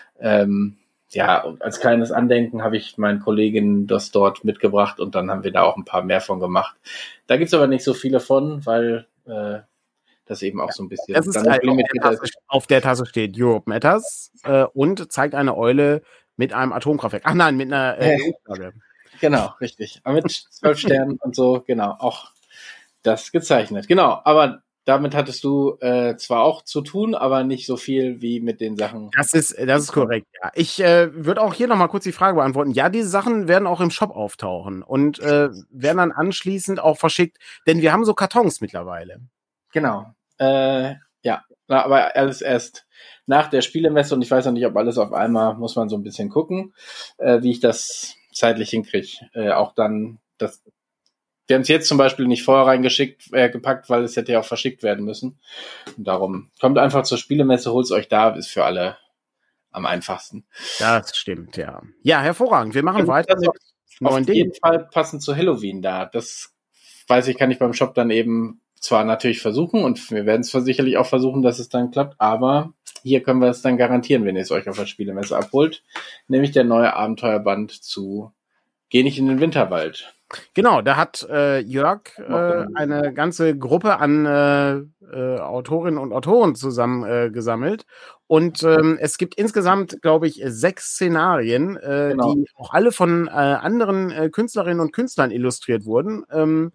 ähm, ja, und als kleines Andenken habe ich meinen Kolleginnen das dort mitgebracht und dann haben wir da auch ein paar mehr von gemacht. Da gibt's aber nicht so viele von, weil äh, das eben auch so ein bisschen Das ist dann halt, auf, der limitiert Tasse, ist. auf der Tasse steht Europe Matters äh, und zeigt eine Eule mit einem Atomkraftwerk. Ach nein, mit einer äh, E U-Flagge. Genau, richtig. Aber mit zwölf Sternen und so, genau, auch das gezeichnet. Genau, aber damit hattest du äh, zwar auch zu tun, aber nicht so viel wie mit den Sachen. Das ist, das ist korrekt, ja. Ich äh, würde auch hier nochmal kurz die Frage beantworten. Ja, diese Sachen werden auch im Shop auftauchen und äh, werden dann anschließend auch verschickt, denn wir haben so Kartons mittlerweile. Genau. Äh, ja, Na, aber alles erst nach der Spielemesse und ich weiß noch nicht, ob alles auf einmal, muss man so ein bisschen gucken, äh, wie ich das zeitlich hinkriege. Äh, auch dann, das, wir haben es jetzt zum Beispiel nicht vorher reingeschickt, äh, gepackt, weil es hätte ja auch verschickt werden müssen. Und darum, kommt einfach zur Spielemesse, holt's euch da, ist für alle am einfachsten. Das stimmt, ja. Ja, hervorragend. Wir machen Und weiter das mit auf neuen Dingen. jeden Fall passend zu Halloween da. Das weiß ich, kann ich beim Shop dann eben zwar natürlich versuchen und wir werden es sicherlich auch versuchen, dass es dann klappt, aber hier können wir es dann garantieren, wenn ihr es euch auf der Spielemesse abholt, nämlich der neue Abenteuerband zu Geh nicht in den Winterwald. Genau, da hat äh, Jörg äh, eine ganze Gruppe an äh, äh, Autorinnen und Autoren zusammen äh, gesammelt. Und ähm, es gibt insgesamt, glaube ich, sechs Szenarien, äh, Genau. die auch alle von äh, anderen äh, Künstlerinnen und Künstlern illustriert wurden. Ähm,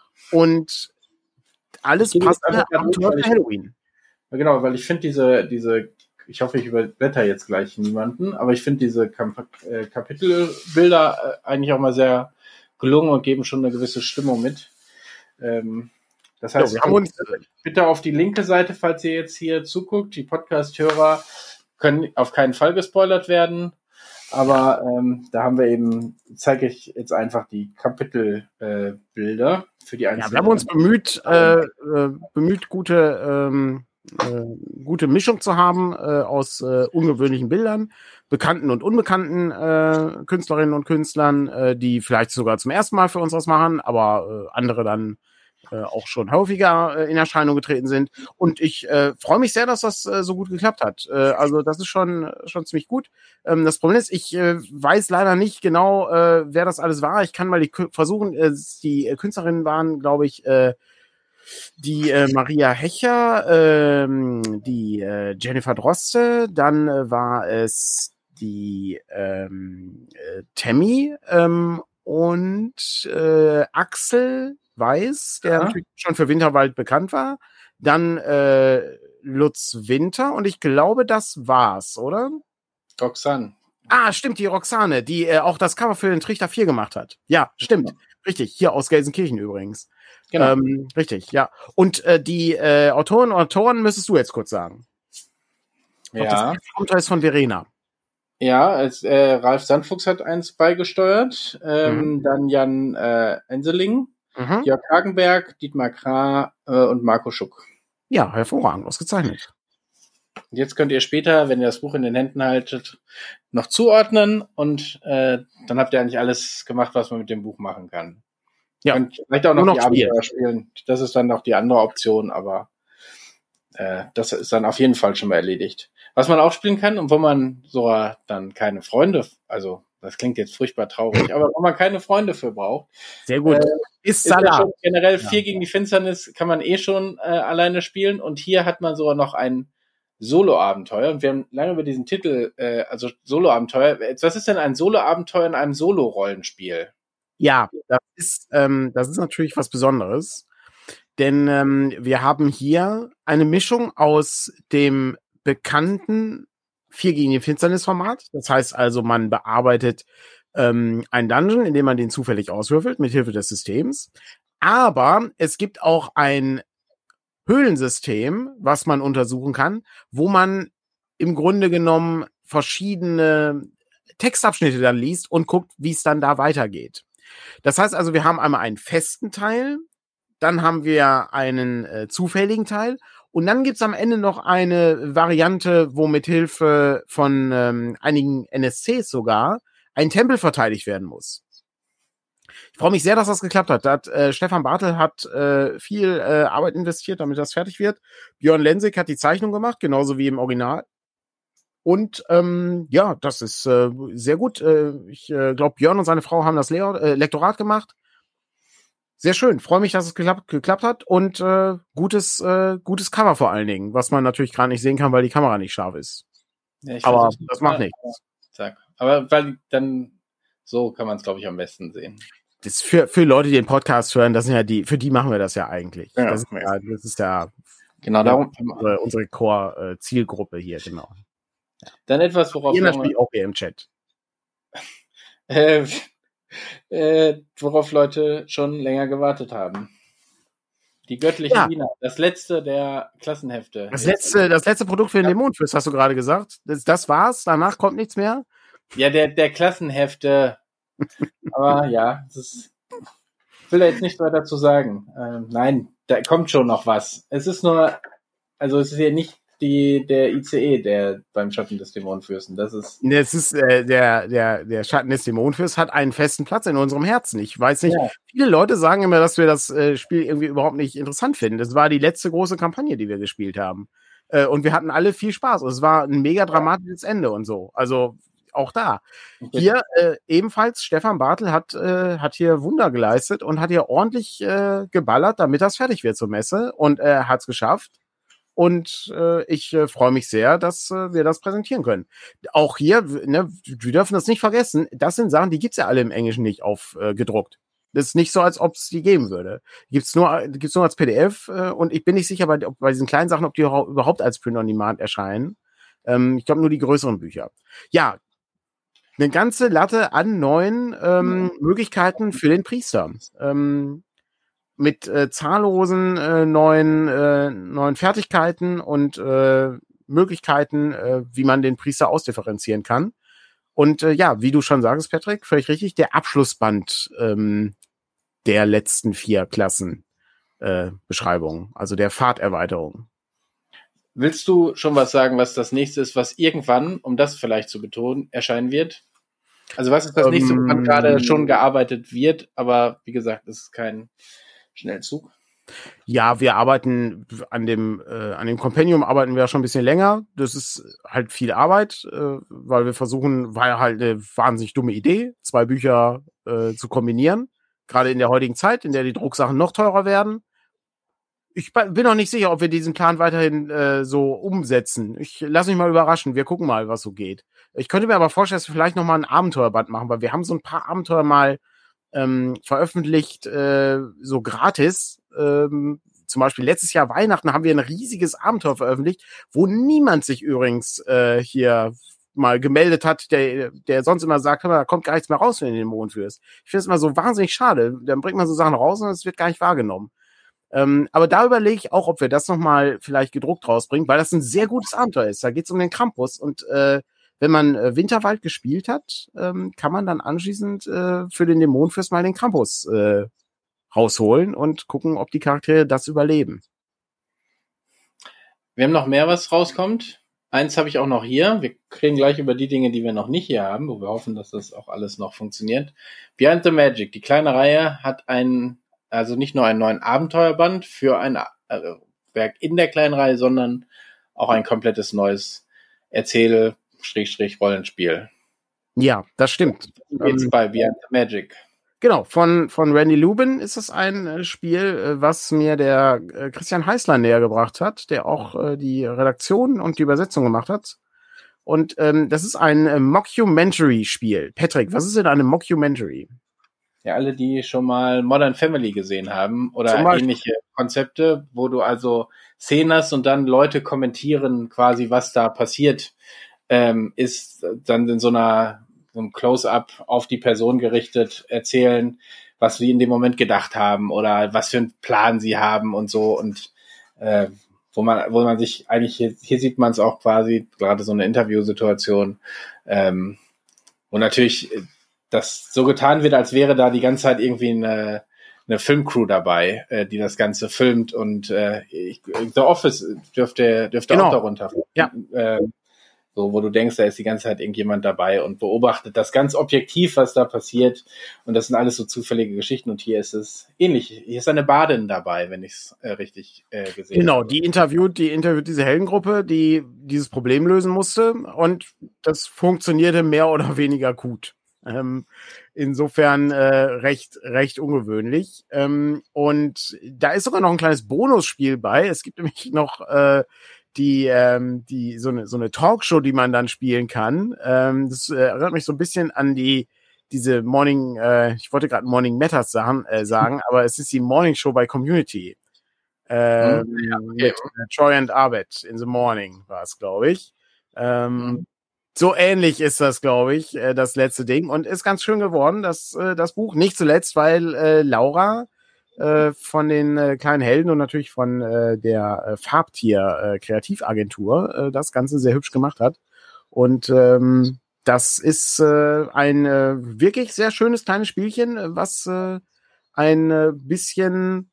und alles Ich gebe jetzt passende einfach mal durch, Abenteuer weil für ich- Halloween. Ja, genau, weil ich finde diese, diese, ich hoffe, ich überblätter jetzt gleich niemanden, aber ich finde diese Kamp äh, Kapitelbilder äh, eigentlich auch mal sehr gelungen und geben schon eine gewisse Stimmung mit. Ähm, das heißt, Ja, wir haben uns, bitte auf die linke Seite, falls ihr jetzt hier zuguckt. Die Podcast-Hörer können auf keinen Fall gespoilert werden. Aber ähm, da haben wir eben, zeige ich jetzt einfach die Kapitelbilder äh, Bilder für die einzelnen. Ja, wir haben uns bemüht, äh, äh, bemüht gute, ähm, äh, gute Mischung zu haben äh, aus äh, ungewöhnlichen Bildern, bekannten und unbekannten äh, Künstlerinnen und Künstlern, äh, die vielleicht sogar zum ersten Mal für uns was machen, aber äh, andere dann äh, auch schon häufiger äh, in Erscheinung getreten sind. Und ich äh, freue mich sehr, dass das äh, so gut geklappt hat. Äh, also das ist schon schon ziemlich gut. Ähm, das Problem ist, ich äh, weiß leider nicht genau, äh, wer das alles war. Ich kann mal die Kü- versuchen. Äh, die äh, Künstlerinnen waren, glaube ich, äh, die äh, Maria Hecher, ähm, die äh, Jennifer Droste, dann äh, war es die ähm, äh, Tammy ähm, und äh, Axel Weiß, der Ja. natürlich schon für Winterwald bekannt war. Dann äh, Lutz Winter und ich glaube, das war's, oder? Roxanne. Ah, stimmt, die Roxane, die äh, auch das Cover für den Trichter vier gemacht hat. Ja, stimmt. Richtig, hier aus Gelsenkirchen übrigens. Genau. Ähm, richtig, ja. Und äh, die äh, Autoren und Autoren müsstest du jetzt kurz sagen. Ich glaub, Ja. Das Abenteuer ist von Verena. Ja, als, äh, Ralf Sandfuchs hat eins beigesteuert, ähm, dann Jan äh, Enseling, Mhm. Jörg Hagenberg, Dietmar Krah äh, und Marco Schuck. Ja, hervorragend, ausgezeichnet. Und jetzt könnt ihr später, wenn ihr das Buch in den Händen haltet, noch zuordnen und äh, dann habt ihr eigentlich alles gemacht, was man mit dem Buch machen kann. Ja. Könnt vielleicht auch noch, Nur die noch spielen. Abenteuer spielen. Das ist dann noch die andere Option, aber äh, das ist dann auf jeden Fall schon mal erledigt. Was man auch spielen kann und wo man sogar dann keine Freunde, also das klingt jetzt furchtbar traurig, aber wo man keine Freunde für braucht, Sehr gut. Äh, ist ist ja Salah. schon generell Ja. vier gegen die Finsternis kann man eh schon äh, alleine spielen und hier hat man sogar noch ein Solo-Abenteuer und wir haben lange über diesen Titel, äh, also Solo-Abenteuer. Was ist denn ein Solo-Abenteuer in einem Solo-Rollenspiel? Ja, das ist, ähm, das ist natürlich was Besonderes. Denn ähm, wir haben hier eine Mischung aus dem bekannten vier gegen die Finsternis-Format. Das heißt also, man bearbeitet ähm, einen Dungeon, indem man den zufällig auswürfelt, mit Hilfe des Systems. Aber es gibt auch ein Höhlensystem, was man untersuchen kann, wo man im Grunde genommen verschiedene Textabschnitte dann liest und guckt, wie es dann da weitergeht. Das heißt also, wir haben einmal einen festen Teil, dann haben wir einen äh, zufälligen Teil und dann gibt's am Ende noch eine Variante, wo mit Hilfe von ähm, einigen N S Cs sogar ein Tempel verteidigt werden muss. Ich freue mich sehr, dass das geklappt hat. Da hat äh, Stefan Bartel hat äh, viel äh, Arbeit investiert, damit das fertig wird. Björn Lensig hat die Zeichnung gemacht, genauso wie im Original. Und ähm, ja, das ist äh, sehr gut. Äh, ich äh, glaube, Björn und seine Frau haben das Le- äh, Lektorat gemacht. Sehr schön. Freue mich, dass es geklappt, geklappt hat. Und äh, gutes, äh, gutes Cover vor allen Dingen, was man natürlich gerade nicht sehen kann, weil die Kamera nicht scharf ist. Ja, ich Aber versuch's das mal, macht nichts. aber- Zack. Aber weil dann so kann man es, glaube ich, am besten sehen. Das für, für Leute, die den Podcast hören, das sind ja die, für die machen wir das ja eigentlich. Ja, das, ist ja. ja, das ist ja Genau, darum. unsere, unsere Core-Zielgruppe hier, genau. Dann etwas, worauf Ihr wir natürlich auch hier im Chat. äh, äh, worauf Leute schon länger gewartet haben. Die göttlichen Ja. Diener. Das letzte der Klassenhefte. Das letzte, das letzte Produkt für den Dämonenfürst, hast du gerade gesagt. Das, das war's, danach kommt nichts mehr. Ja, der, der Klassenhefte. Aber ja, das ist, ich will da jetzt nicht weiter dazu sagen. Ähm, nein, da kommt schon noch was. Es ist nur, also es ist hier nicht die, der I C E, der beim Schatten des Dämonenfürsten. Das ist. Es ist äh, der, der, der Schatten des Dämonenfürst hat einen festen Platz in unserem Herzen. Ich weiß nicht, Ja. viele Leute sagen immer, dass wir das äh, Spiel irgendwie überhaupt nicht interessant finden. Das war die letzte große Kampagne, die wir gespielt haben. Äh, und wir hatten alle viel Spaß. Es war ein mega dramatisches Ende und so. Also auch da. Hier äh, ebenfalls, Stefan Bartel hat, äh, hat hier Wunder geleistet und hat hier ordentlich äh, geballert, damit das fertig wird zur Messe. Und er hat es geschafft. Und äh, ich äh, freue mich sehr, dass äh, wir das präsentieren können. Auch hier, ne, wir dürfen das nicht vergessen, das sind Sachen, die gibt's ja alle im Englischen nicht aufgedruckt. Äh, gedruckt. Das ist nicht so, als ob es die geben würde. Gibt's nur, gibt's nur als P D F äh, und ich bin nicht sicher, bei, ob, bei diesen kleinen Sachen, ob die überhaupt als Print on Demand erscheinen. Ähm, ich glaube nur die größeren Bücher. Ja, eine ganze Latte an neuen ähm, Möglichkeiten für den Priester. Ähm, mit äh, zahllosen äh, neuen äh, neuen Fertigkeiten und äh, Möglichkeiten, äh, wie man den Priester ausdifferenzieren kann. Und äh, ja, wie du schon sagst, Patrick, völlig richtig, der Abschlussband ähm, der letzten vier Klassen äh, Beschreibung, also der Pfaderweiterung. Willst du schon was sagen, was das nächste ist, was irgendwann, um das vielleicht zu betonen, erscheinen wird? Also was ist das nächste, woran Ähm, gerade schon gearbeitet wird, aber wie gesagt, es ist kein Schnellzug. Ja, wir arbeiten an dem äh, an dem Compendium arbeiten wir ja schon ein bisschen länger. Das ist halt viel Arbeit, äh, weil wir versuchen, war ja halt eine wahnsinnig dumme Idee, zwei Bücher äh, zu kombinieren. Gerade in der heutigen Zeit, in der die Drucksachen noch teurer werden. Ich bin noch nicht sicher, ob wir diesen Plan weiterhin äh, so umsetzen. Ich lasse mich mal überraschen. Wir gucken mal, was so geht. Ich könnte mir aber vorstellen, dass wir vielleicht noch mal ein Abenteuerband machen, weil wir haben so ein paar Abenteuer mal ähm, veröffentlicht, äh, so gratis. Ähm, zum Beispiel letztes Jahr Weihnachten haben wir ein riesiges Abenteuer veröffentlicht, wo niemand sich übrigens äh, hier mal gemeldet hat, der, der sonst immer sagt, da kommt gar nichts mehr raus, wenn du den Mond führst. Ich finde es immer so wahnsinnig schade. Dann bringt man so Sachen raus und es wird gar nicht wahrgenommen. Ähm, aber da überlege ich auch, ob wir das nochmal vielleicht gedruckt rausbringen, weil das ein sehr gutes Abenteuer ist. Da geht es um den Krampus und äh, wenn man äh, Winterwald gespielt hat, ähm, kann man dann anschließend äh, für den Dämonenfürst mal den Krampus äh, rausholen und gucken, ob die Charaktere das überleben. Wir haben noch mehr, was rauskommt. Eins habe ich auch noch hier. Wir reden gleich über die Dinge, die wir noch nicht hier haben, wo wir hoffen, dass das auch alles noch funktioniert. Behind the Magic, die kleine Reihe, hat einen, also nicht nur einen neuen Abenteuerband für ein äh, Werk in der kleinen Reihe, sondern auch ein komplettes neues Erzähl-Rollenspiel. Ja, das stimmt. Jetzt Ähm, bei Behind the Magic. Genau, von, von Randy Lubin ist es ein äh, Spiel, äh, was mir der äh, Christian Heißler näher gebracht hat, der auch äh, die Redaktion und die Übersetzung gemacht hat. Und ähm, das ist ein äh, Mockumentary-Spiel. Patrick, was ist denn eine Mockumentary? Ja, alle, die schon mal Modern Family gesehen haben oder ähnliche Konzepte, wo du also Szenen hast und dann Leute kommentieren quasi, was da passiert, ähm, ist dann in so einer so einem Close-up auf die Person gerichtet, erzählen, was sie in dem Moment gedacht haben oder was für einen Plan sie haben und so und äh, wo man wo man sich eigentlich, hier, hier sieht man es auch quasi, gerade so eine Interviewsituation, ähm, wo natürlich das so getan wird, als wäre da die ganze Zeit irgendwie eine, eine Filmcrew dabei, äh, die das Ganze filmt und äh, ich, The Office dürfte, dürfte genau. auch darunter. Ja. Äh, so, wo du denkst, da ist die ganze Zeit irgendjemand dabei und beobachtet das ganz objektiv, was da passiert. Und das sind alles so zufällige Geschichten. Und hier ist es ähnlich. Hier ist eine Badin dabei, wenn ich es äh, richtig äh, gesehen genau, habe. Genau, die interviewt, die interviewt diese Heldengruppe, die dieses Problem lösen musste. Und das funktionierte mehr oder weniger gut. Ähm, insofern äh, recht, recht ungewöhnlich. Ähm, und da ist sogar noch ein kleines Bonusspiel bei. Es gibt nämlich noch äh, die, ähm, die so eine so eine Talkshow, die man dann spielen kann. Ähm, das äh, erinnert mich so ein bisschen an die diese Morning, äh, ich wollte gerade Morning Matters sagen, äh, sagen, aber es ist die Morning Show bei Community. Ähm, Mhm. Ja, okay. Mit äh, Troy and Abed in the Morning war es, glaube ich. Ähm, mhm. So ähnlich ist das, glaube ich, äh, das letzte Ding. Und ist ganz schön geworden, das, äh, das Buch. Nicht zuletzt, weil äh, Laura äh, von den äh, kleinen Helden und natürlich von äh, der äh, Farbtier äh, Kreativagentur äh, das Ganze sehr hübsch gemacht hat. Und ähm, das ist äh, ein äh, wirklich sehr schönes kleines Spielchen, was äh, ein äh, bisschen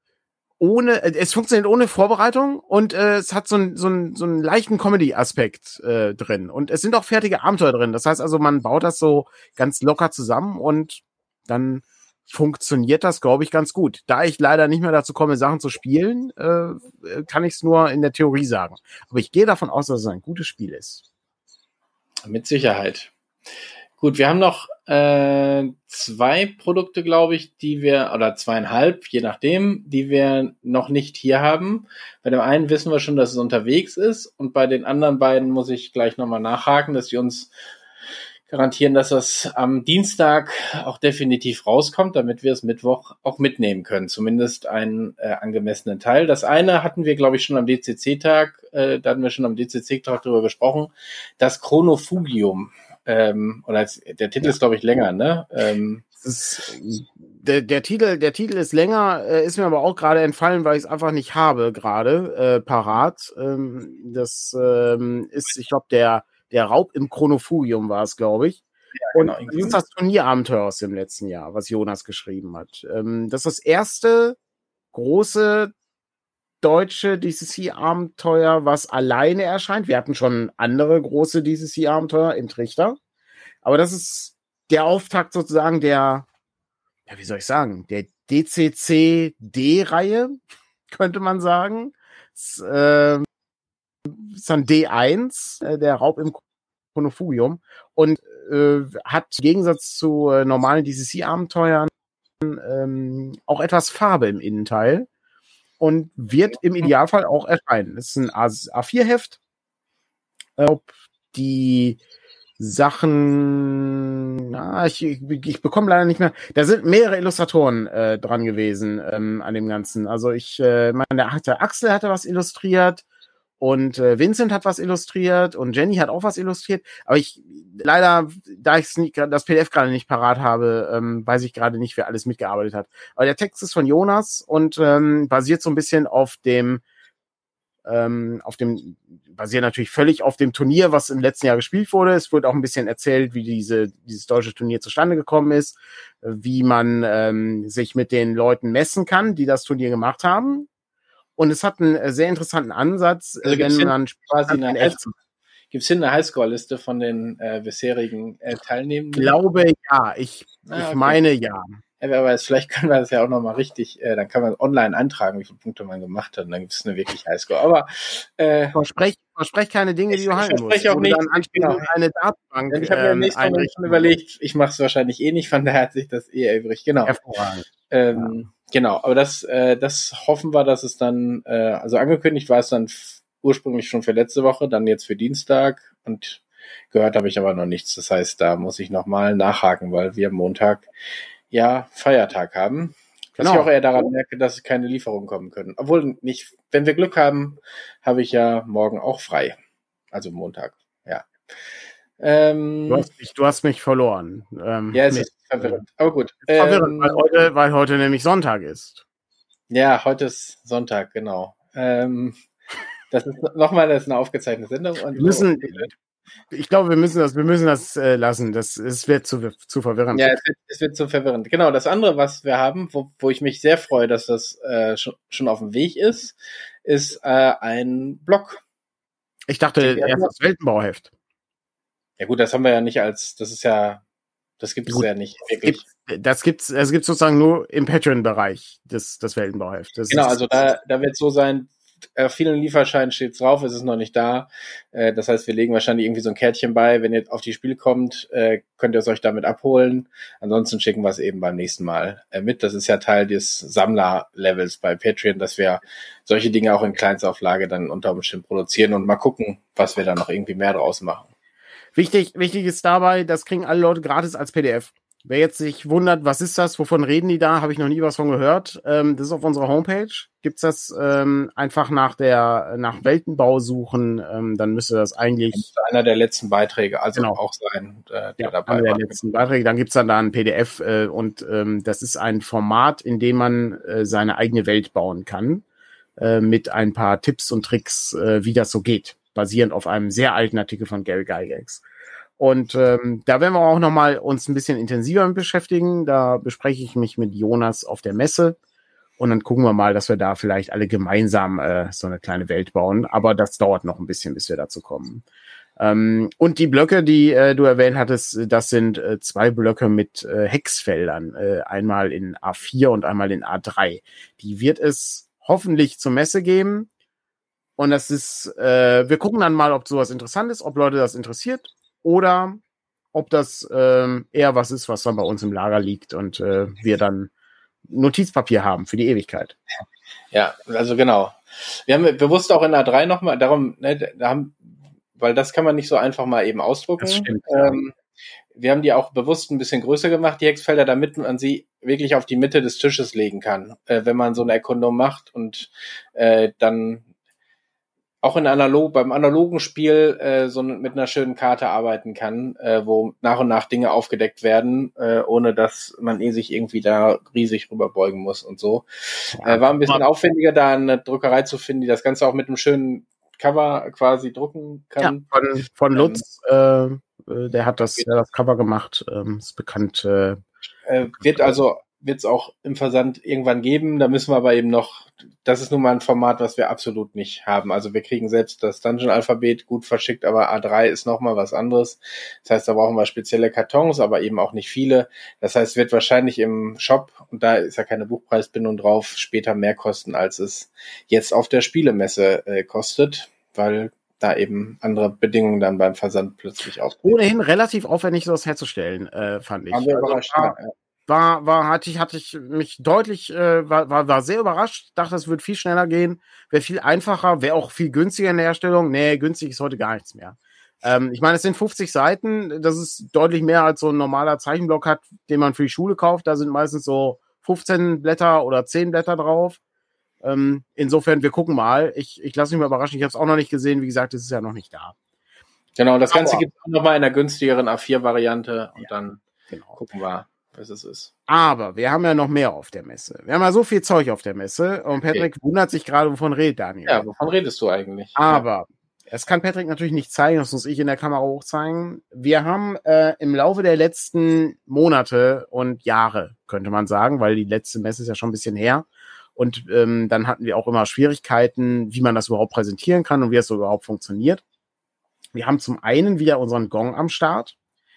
ohne, es funktioniert ohne Vorbereitung und äh, es hat so einen so einen so einen leichten Comedy-Aspekt äh, drin und es sind auch fertige Abenteuer drin. Das heißt also, man baut das so ganz locker zusammen und dann funktioniert das, glaube ich, ganz gut. Da ich leider nicht mehr dazu komme, Sachen zu spielen, äh, kann ich es nur in der Theorie sagen. Aber ich gehe davon aus, dass es ein gutes Spiel ist. Mit Sicherheit. Gut, wir haben noch äh, zwei Produkte, glaube ich, die wir, oder zweieinhalb, je nachdem, die wir noch nicht hier haben. Bei dem einen wissen wir schon, dass es unterwegs ist und bei den anderen beiden muss ich gleich nochmal nachhaken, dass sie uns garantieren, dass das am Dienstag auch definitiv rauskommt, damit wir es Mittwoch auch mitnehmen können, zumindest einen äh, angemessenen Teil. Das eine hatten wir, glaube ich, schon am D C C-Tag, äh, da hatten wir schon am D C C-Tag darüber gesprochen, das Chronofugium. Ähm, oder als, der Titel ja. ist, glaube ich, länger, ne? Ähm, ist, der, der Titel, der Titel ist länger, äh, ist mir aber auch gerade entfallen, weil ich es einfach nicht habe gerade äh, parat. Ähm, das ähm, ist, ich glaube, der der Raub im Chronofugium war es, glaube ich. Ja, genau. Und das ist das Turnierabenteuer aus dem letzten Jahr, was Jonas geschrieben hat. Ähm, das ist das erste große deutsche D C C-Abenteuer, was alleine erscheint. Wir hatten schon andere große D C C-Abenteuer im Trichter. Aber das ist der Auftakt sozusagen der, ja, wie soll ich sagen, der D C C-D-Reihe, könnte man sagen. Das, äh, ist dann D eins, äh, der Raub im Chronofugium. Und äh, hat im Gegensatz zu äh, normalen D C C-Abenteuern ähm, auch etwas Farbe im Innenteil. Und wird im Idealfall auch erscheinen. Das ist ein A vier Heft. Äh, die Sachen, na, ich, ich, ich bekomme leider nicht mehr, da sind mehrere Illustratoren äh, dran gewesen ähm, an dem Ganzen. Also ich äh, meine, der, der Axel hatte was illustriert und äh, Vincent hat was illustriert und Jenny hat auch was illustriert. Aber ich leider, da ich das P D F gerade nicht parat habe, ähm, weiß ich gerade nicht, wer alles mitgearbeitet hat. Aber der Text ist von Jonas und ähm, basiert so ein bisschen auf dem Ähm, auf dem, basiert natürlich völlig auf dem Turnier, was im letzten Jahr gespielt wurde. Es wird auch ein bisschen erzählt, wie diese, dieses deutsche Turnier zustande gekommen ist, wie man ähm, sich mit den Leuten messen kann, die das Turnier gemacht haben. Und es hat einen sehr interessanten Ansatz, also wenn man quasi eine echt Gibt es hier eine Highscore-Liste von den äh, bisherigen äh, Teilnehmenden? Ich glaube, ja. Ich, ah, ich okay. meine, ja. Ja, wer weiß, vielleicht können wir das ja auch nochmal richtig, äh, dann kann man online eintragen, wie viele Punkte man gemacht hat, und dann gibt es eine wirklich Highscore. Aber äh, versprech, versprech keine Dinge, die du halten musst. Ich verspreche auch nicht. Genau. Eine Datenbank. Ich habe mir nächstes Mal schon überlegt, ich mache es wahrscheinlich eh nicht, von daher hat sich das eh übrig. Genau. Hervorragend. Ähm, ja. Genau, aber das, äh, das hoffen wir, dass es dann, äh, also angekündigt war es dann f- ursprünglich schon für letzte Woche, dann jetzt für Dienstag und gehört habe ich aber noch nichts. Das heißt, da muss ich nochmal nachhaken, weil wir Montag ja Feiertag haben. Was Genau. ich auch eher daran merke, dass keine Lieferungen kommen können. Obwohl nicht, wenn wir Glück haben, habe ich ja morgen auch frei. Also Montag, ja. Ähm, Du hast mich, du hast mich verloren. Ähm, ja, es mit, ist verwirrend. Aber gut. äh, verwirrend, Ähm, weil heute, weil heute nämlich Sonntag ist. ja, heute ist Sonntag, genau. Ähm, das ist nochmal, das ist eine aufgezeichnete Sendung. Und Wir müssen, ich glaube, wir müssen das, wir müssen das äh, lassen. Das, es wird zu, zu verwirrend. Ja, es wird, es wird so verwirrend. Genau, das andere, was wir haben, wo, wo ich mich sehr freue, dass das äh, schon, schon auf dem Weg ist, ist äh, ein Blog. Ich dachte, Ja, erst das Weltenbauheft. Ja gut, das haben wir ja nicht als, das ist ja, das gibt es Gut, ja nicht Es wirklich. gibt, das gibt's, es gibt sozusagen nur im Patreon-Bereich des, des Weltenbauheft. Das Genau, ist, also da, da wird es so sein, auf vielen Lieferscheinen steht es drauf, es ist noch nicht da. Äh, das heißt, wir legen wahrscheinlich irgendwie so ein Kärtchen bei, wenn ihr auf die Spiel kommt, äh, könnt ihr es euch damit abholen. Ansonsten schicken wir es eben beim nächsten Mal äh, mit. Das ist ja Teil des Sammler-Levels bei Patreon, dass wir solche Dinge auch in Kleinstauflage dann unter Umständen produzieren und mal gucken, was wir da noch irgendwie mehr draus machen. Wichtig, wichtig ist dabei, das kriegen alle Leute gratis als P D F. Wer jetzt sich wundert, was ist das, wovon reden die da, habe ich noch nie was von gehört. Ähm, das ist auf unserer Homepage. Gibt's das ähm, einfach nach der nach Weltenbau suchen, ähm, dann müsste das eigentlich Das ist einer der letzten Beiträge, also Genau. auch sein, äh, der ja, dabei einer der war. letzten Beiträge. Dann gibt's dann da ein P D F äh, und ähm, das ist ein Format, in dem man äh, seine eigene Welt bauen kann, äh, mit ein paar Tipps und Tricks, äh, wie das so geht, basierend auf einem sehr alten Artikel von Gary Gygax. Und ähm, da werden wir auch noch mal uns ein bisschen intensiver mit beschäftigen. Da bespreche ich mich mit Jonas auf der Messe und dann gucken wir mal, dass wir da vielleicht alle gemeinsam äh, so eine kleine Welt bauen. Aber das dauert noch ein bisschen, bis wir dazu kommen. Ähm, und die Blöcke, die äh, du erwähnt hattest, das sind äh, zwei Blöcke mit äh, Hexfeldern. Äh, einmal in A vier und einmal in A drei. Die wird es hoffentlich zur Messe geben. Und das ist, äh, wir gucken dann mal, ob sowas interessant ist, ob Leute das interessiert. Oder ob das ähm, eher was ist, was dann bei uns im Lager liegt und äh, wir dann Notizpapier haben für die Ewigkeit. Ja, also genau. Wir haben bewusst auch in A drei nochmal, darum, ne, da haben, weil das kann man nicht so einfach mal eben ausdrucken. Das stimmt. Ähm, wir haben die auch bewusst ein bisschen größer gemacht, die Hexfelder, damit man sie wirklich auf die Mitte des Tisches legen kann, äh, wenn man so eine Erkundung macht und äh, dann auch in analog, beim analogen Spiel äh, so mit einer schönen Karte arbeiten kann, äh, wo nach und nach Dinge aufgedeckt werden, äh, ohne dass man eh sich irgendwie da riesig rüberbeugen muss und so. Ja, äh, war ein bisschen aufwendiger, da eine Druckerei zu finden, die das Ganze auch mit einem schönen Cover quasi drucken kann. Ja, von, von Lutz, ähm, äh, der hat das, der hat das Cover gemacht, ähm, ist bekannt. Äh, äh, wird also wird es auch im Versand irgendwann geben. Da müssen wir aber eben noch, das ist nun mal ein Format, was wir absolut nicht haben. Also wir kriegen selbst das Dungeon-Alphabet gut verschickt, aber A drei ist nochmal was anderes. Das heißt, da brauchen wir spezielle Kartons, aber eben auch nicht viele. Das heißt, wird wahrscheinlich im Shop, und da ist ja keine Buchpreisbindung drauf, später mehr kosten, als es jetzt auf der Spielemesse äh, kostet, weil da eben andere Bedingungen dann beim Versand plötzlich auftreten. Ohnehin relativ aufwendig, sowas herzustellen, äh, fand ich. Haben wir Also, überrascht, war, ja. war, war, hatte ich, hatte ich mich deutlich, äh, war, war, war sehr überrascht, dachte, es wird viel schneller gehen, wäre viel einfacher, wäre auch viel günstiger in der Herstellung. Nee, günstig ist heute gar nichts mehr. Ähm, ich meine, es sind fünfzig Seiten, das ist deutlich mehr als so ein normaler Zeichenblock hat, den man für die Schule kauft. Da sind meistens so fünfzehn Blätter oder zehn Blätter drauf. Ähm, insofern, wir gucken mal. Ich, ich lasse mich mal überraschen. Ich habe es auch noch nicht gesehen. Wie gesagt, es ist ja noch nicht da. Genau, das Ganze gibt es auch nochmal in einer günstigeren A vier Variante und Ja, dann genau. gucken wir, was es ist. Aber wir haben ja noch mehr auf der Messe. Wir haben ja so viel Zeug auf der Messe und Patrick Okay. wundert sich gerade, wovon redet Daniel. Ja, wovon redest du eigentlich? Aber das kann Patrick natürlich nicht zeigen, das muss ich in der Kamera hochzeigen. Wir haben äh, im Laufe der letzten Monate und Jahre, könnte man sagen, weil die letzte Messe ist ja schon ein bisschen her. Und ähm, dann hatten wir auch immer Schwierigkeiten, wie man das überhaupt präsentieren kann und wie es so überhaupt funktioniert. Wir haben zum einen wieder unseren Gong am Start,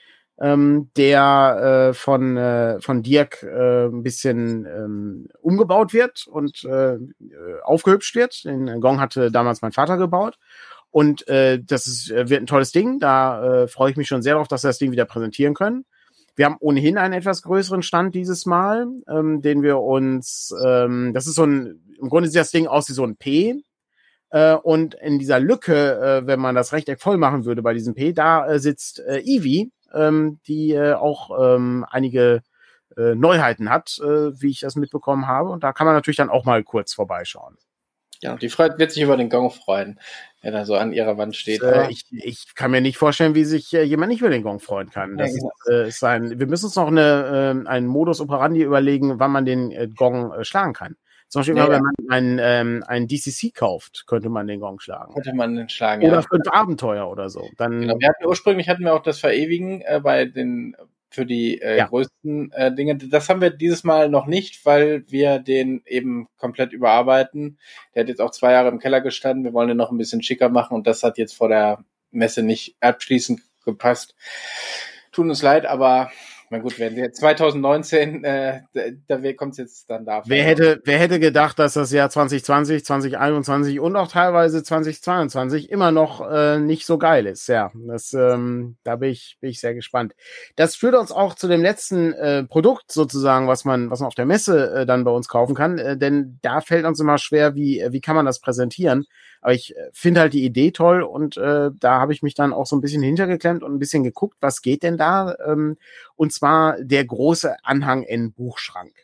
ähm, der äh, von, äh, von Dirk äh, ein bisschen ähm, umgebaut wird und äh, aufgehübscht wird. Den Gong hatte damals mein Vater gebaut. Und äh, das ist, wird ein tolles Ding. Da äh, freue ich mich schon sehr drauf, dass wir das Ding wieder präsentieren können. Wir haben ohnehin einen etwas größeren Stand dieses Mal, ähm, den wir uns, ähm, das ist so ein, im Grunde sieht das Ding aus wie so ein P. Äh, und in dieser Lücke, äh, wenn man das Rechteck voll machen würde bei diesem P, da äh, sitzt äh, Ivy, ähm, die äh, auch ähm, einige äh, Neuheiten hat, äh, wie ich das mitbekommen habe. Und da kann man natürlich dann auch mal kurz vorbeischauen. Ja, die freut, wird sich über den Gong freuen, der da so an ihrer Wand steht. Das, äh, ich, ich kann mir nicht vorstellen, wie sich äh, jemand nicht über den Gong freuen kann. Das ja, genau. ist, äh, ist ein, wir müssen uns noch eine, äh, einen Modus operandi überlegen, wann man den äh, Gong äh, schlagen kann. Zum Beispiel, ja, immer, wenn man einen, ähm, einen D C C kauft, könnte man den Gong schlagen. Könnte man den schlagen, oder ja. Oder fünf Abenteuer oder so. Dann, genau, wir hatten, ursprünglich hatten wir auch das Verewigen äh, bei den für die äh, ja. größten äh, Dinge. Das haben wir dieses Mal noch nicht, weil wir den eben komplett überarbeiten. Der hat jetzt auch zwei Jahre im Keller gestanden. Wir wollen den noch ein bisschen schicker machen und das hat jetzt vor der Messe nicht abschließend gepasst. Tut uns leid, aber na gut, wenn wir zwanzig neunzehn, äh, da kommt es jetzt dann da. Wer hätte, wer hätte gedacht, dass das Jahr zwanzig zwanzig, zwanzig einundzwanzig und auch teilweise zwanzig zweiundzwanzig immer noch äh, nicht so geil ist. Ja, das, ähm, da bin ich, bin ich sehr gespannt. Das führt uns auch zu dem letzten äh, Produkt sozusagen, was man, was man auf der Messe äh, dann bei uns kaufen kann. Äh, denn da fällt uns immer schwer, wie, wie kann man das präsentieren. Aber ich finde halt die Idee toll und äh, da habe ich mich dann auch so ein bisschen hintergeklemmt und ein bisschen geguckt, was geht denn da? Ähm, und zwar der große Anhang N Buchschrank.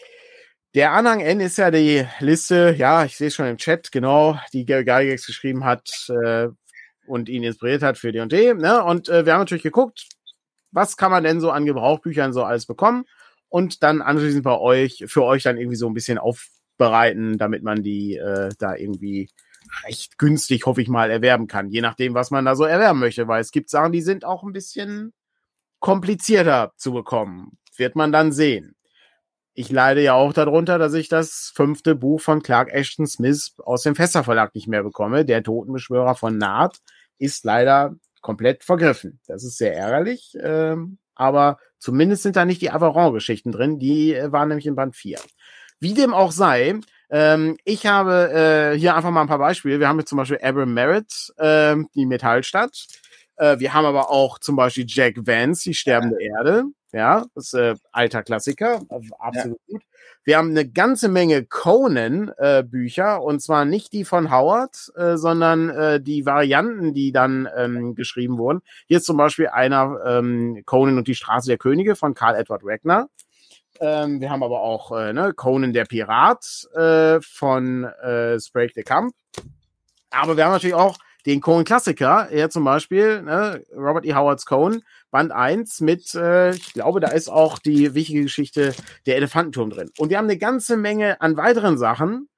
Der Anhang N ist ja die Liste, ja, ich sehe es schon im Chat, genau, die Gary Gygax geschrieben hat äh, und ihn inspiriert hat für D und D. Ne? Und äh, wir haben natürlich geguckt, was kann man denn so an Gebrauchbüchern so alles bekommen und dann anschließend bei euch, für euch dann irgendwie so ein bisschen aufbereiten, damit man die äh, da irgendwie recht günstig, hoffe ich mal, erwerben kann. Je nachdem, was man da so erwerben möchte, weil es gibt Sachen, die sind auch ein bisschen komplizierter zu bekommen. Wird man dann sehen. Ich leide ja auch darunter, dass ich das fünfte Buch von Clark Ashton Smith aus dem Fässer Verlag nicht mehr bekomme. Der Totenbeschwörer von Naht ist leider komplett vergriffen. Das ist sehr ärgerlich, ähm, aber zumindest sind da nicht die Avaron-Geschichten drin. Die äh, waren nämlich in Band vier. Wie dem auch sei, ähm, ich habe äh, hier einfach mal ein paar Beispiele. Wir haben jetzt zum Beispiel Abram Merritt, äh, die Metallstadt. Äh, wir haben aber auch zum Beispiel Jack Vance, die sterbende ja. Erde. Ja, das ist äh, alter Klassiker, absolut ja. gut. Wir haben eine ganze Menge Conan-Bücher, äh, und zwar nicht die von Howard, äh, sondern äh, die Varianten, die dann ähm, geschrieben wurden. Hier ist zum Beispiel einer ähm, Conan und die Straße der Könige von Karl Edward Wagner. Ähm, wir haben aber auch äh, ne, Conan der Pirat äh, von äh, Sprague de Camp. Aber wir haben natürlich auch den Conan-Klassiker, er zum Beispiel, ne, Robert E. Howards Conan, Band eins mit, äh, ich glaube, da ist auch die wichtige Geschichte der Elefantenturm drin. Und wir haben eine ganze Menge an weiteren Sachen,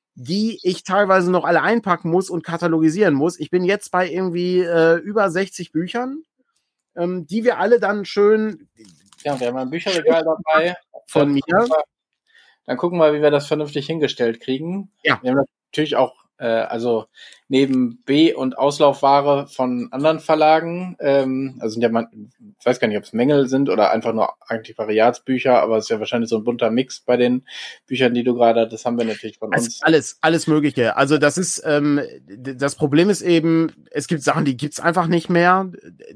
die ich teilweise noch alle einpacken muss und katalogisieren muss. Ich bin jetzt bei irgendwie äh, über sechzig Büchern, ähm, die wir alle dann schön... Ja, wir haben ein Bücherregal dabei von mir. Gucken wir, dann gucken wir, wie wir das vernünftig hingestellt kriegen. Ja. Wir haben natürlich auch, äh, also neben B- und Auslaufware von anderen Verlagen, ähm, also sind ja man, ich weiß gar nicht, ob es Mängel sind oder einfach nur Antiquariatsbücher, aber es ist ja wahrscheinlich so ein bunter Mix bei den Büchern, die du gerade, das haben wir natürlich von also uns. Alles, alles Mögliche. Also das ist, ähm, das Problem ist eben, es gibt Sachen, die gibt's einfach nicht mehr.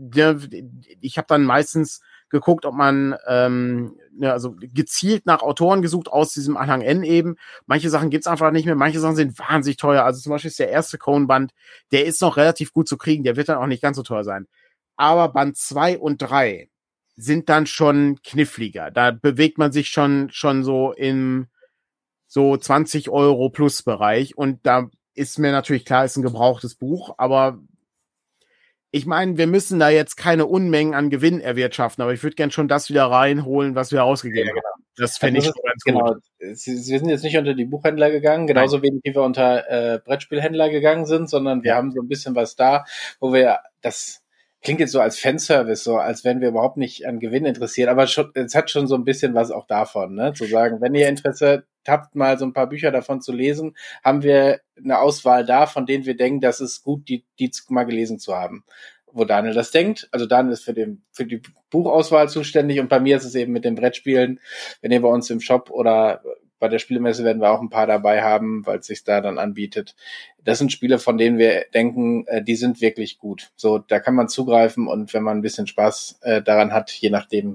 Ich habe dann meistens geguckt, ob man ähm, ja, also gezielt nach Autoren gesucht aus diesem Anhang N eben. Manche Sachen gibt's einfach nicht mehr, manche Sachen sind wahnsinnig teuer. Also zum Beispiel ist der erste Conan-Band, der ist noch relativ gut zu kriegen, der wird dann auch nicht ganz so teuer sein. Aber Band zwei und drei sind dann schon kniffliger. Da bewegt man sich schon schon so im so zwanzig Euro plus Bereich und da ist mir natürlich klar, ist ein gebrauchtes Buch, aber ich meine, wir müssen da jetzt keine Unmengen an Gewinn erwirtschaften, aber ich würde gern schon das wieder reinholen, was wir ausgegeben ja, genau. haben. Das fände ich schon ganz genau. gut. Sie, Sie sind jetzt nicht unter die Buchhändler gegangen, genauso Nein. wenig wie wir unter äh, Brettspielhändler gegangen sind, sondern wir ja. haben so ein bisschen was da, wo wir das klingt jetzt so als Fanservice, so als wären wir überhaupt nicht an Gewinn interessiert, aber schon, es hat schon so ein bisschen was auch davon, ne, zu sagen, wenn ihr Interesse habt, mal so ein paar Bücher davon zu lesen, haben wir eine Auswahl da, von denen wir denken, das ist gut, die, die mal gelesen zu haben. Wo Daniel das denkt, also Daniel ist für den, für die Buchauswahl zuständig und bei mir ist es eben mit den Brettspielen, wenn ihr bei uns im Shop oder bei der Spielemesse werden wir auch ein paar dabei haben, weil es sich da dann anbietet. Das sind Spiele, von denen wir denken, äh, die sind wirklich gut. So, da kann man zugreifen und wenn man ein bisschen Spaß äh, daran hat, je nachdem,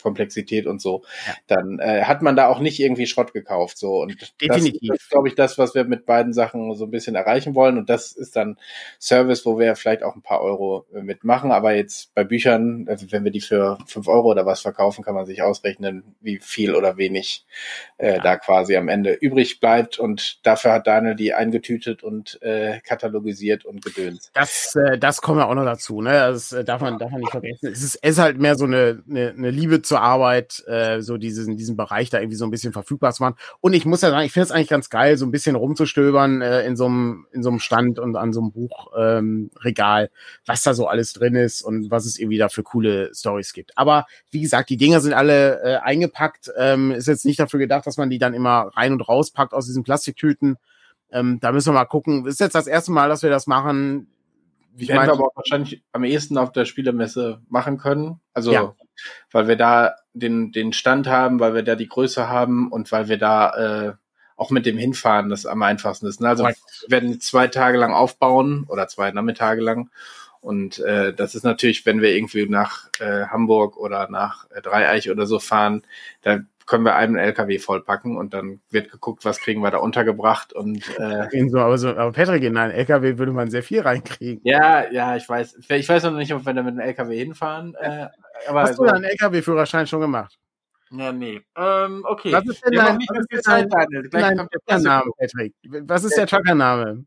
Komplexität und so, Ja. dann äh, hat man da auch nicht irgendwie Schrott gekauft. So. Und Definitiv. das ist, glaube ich, das, was wir mit beiden Sachen so ein bisschen erreichen wollen. Und das ist dann Service, wo wir vielleicht auch ein paar Euro äh, mitmachen. Aber jetzt bei Büchern, also wenn wir die für fünf Euro oder was verkaufen, kann man sich ausrechnen, wie viel oder wenig äh, ja. da quasi am Ende übrig bleibt. Und dafür hat Daniel die eingetütet und äh, katalogisiert und gedöns. Das, äh, das kommt ja auch noch dazu, ne? Das äh, darf man, darf man nicht vergessen. Es ist, es ist halt mehr so eine, eine, eine Liebe zur Arbeit, äh, so diesen, diesen Bereich da irgendwie so ein bisschen verfügbar zu machen. Und ich muss ja sagen, ich finde es eigentlich ganz geil, so ein bisschen rumzustöbern äh, in so einem, in so einem Stand und an so einem Buchregal, ähm, Regal, was da so alles drin ist und was es irgendwie da für coole Storys gibt. Aber wie gesagt, die Dinger sind alle äh, eingepackt. Ähm, ist jetzt nicht dafür gedacht, dass man die dann immer rein und rauspackt aus diesen Plastiktüten. Ähm, da müssen wir mal gucken. Das ist jetzt das erste Mal, dass wir das machen. Ich werden wir aber auch wahrscheinlich am ehesten auf der Spielemesse machen können. Also, ja. weil wir da den, den Stand haben, weil wir da die Größe haben und weil wir da äh, auch mit dem Hinfahren das am einfachsten ist. Ne? Also, wir werden zwei Tage lang aufbauen oder zwei Nachmittage lang. Und äh, das ist natürlich, wenn wir irgendwie nach äh, Hamburg oder nach äh, Dreieich oder so fahren, da können wir einen L K W vollpacken und dann wird geguckt, was kriegen wir da untergebracht und äh, so, aber, so, aber Patrick, in einen L K W würde man sehr viel reinkriegen. Ja, ja, ich weiß. Ich weiß noch nicht, ob wir da mit einem L K W hinfahren. Äh, aber Hast so, du einen L K W-Führerschein schon gemacht? Ja, nee. Ähm, okay. Was ist denn Wir haben dein, nicht was mehr ist viel denn Zeit, dein, Daniel. Gleich dein kommt der Truckername, Presseclub. Patrick? Was ist der Truckername?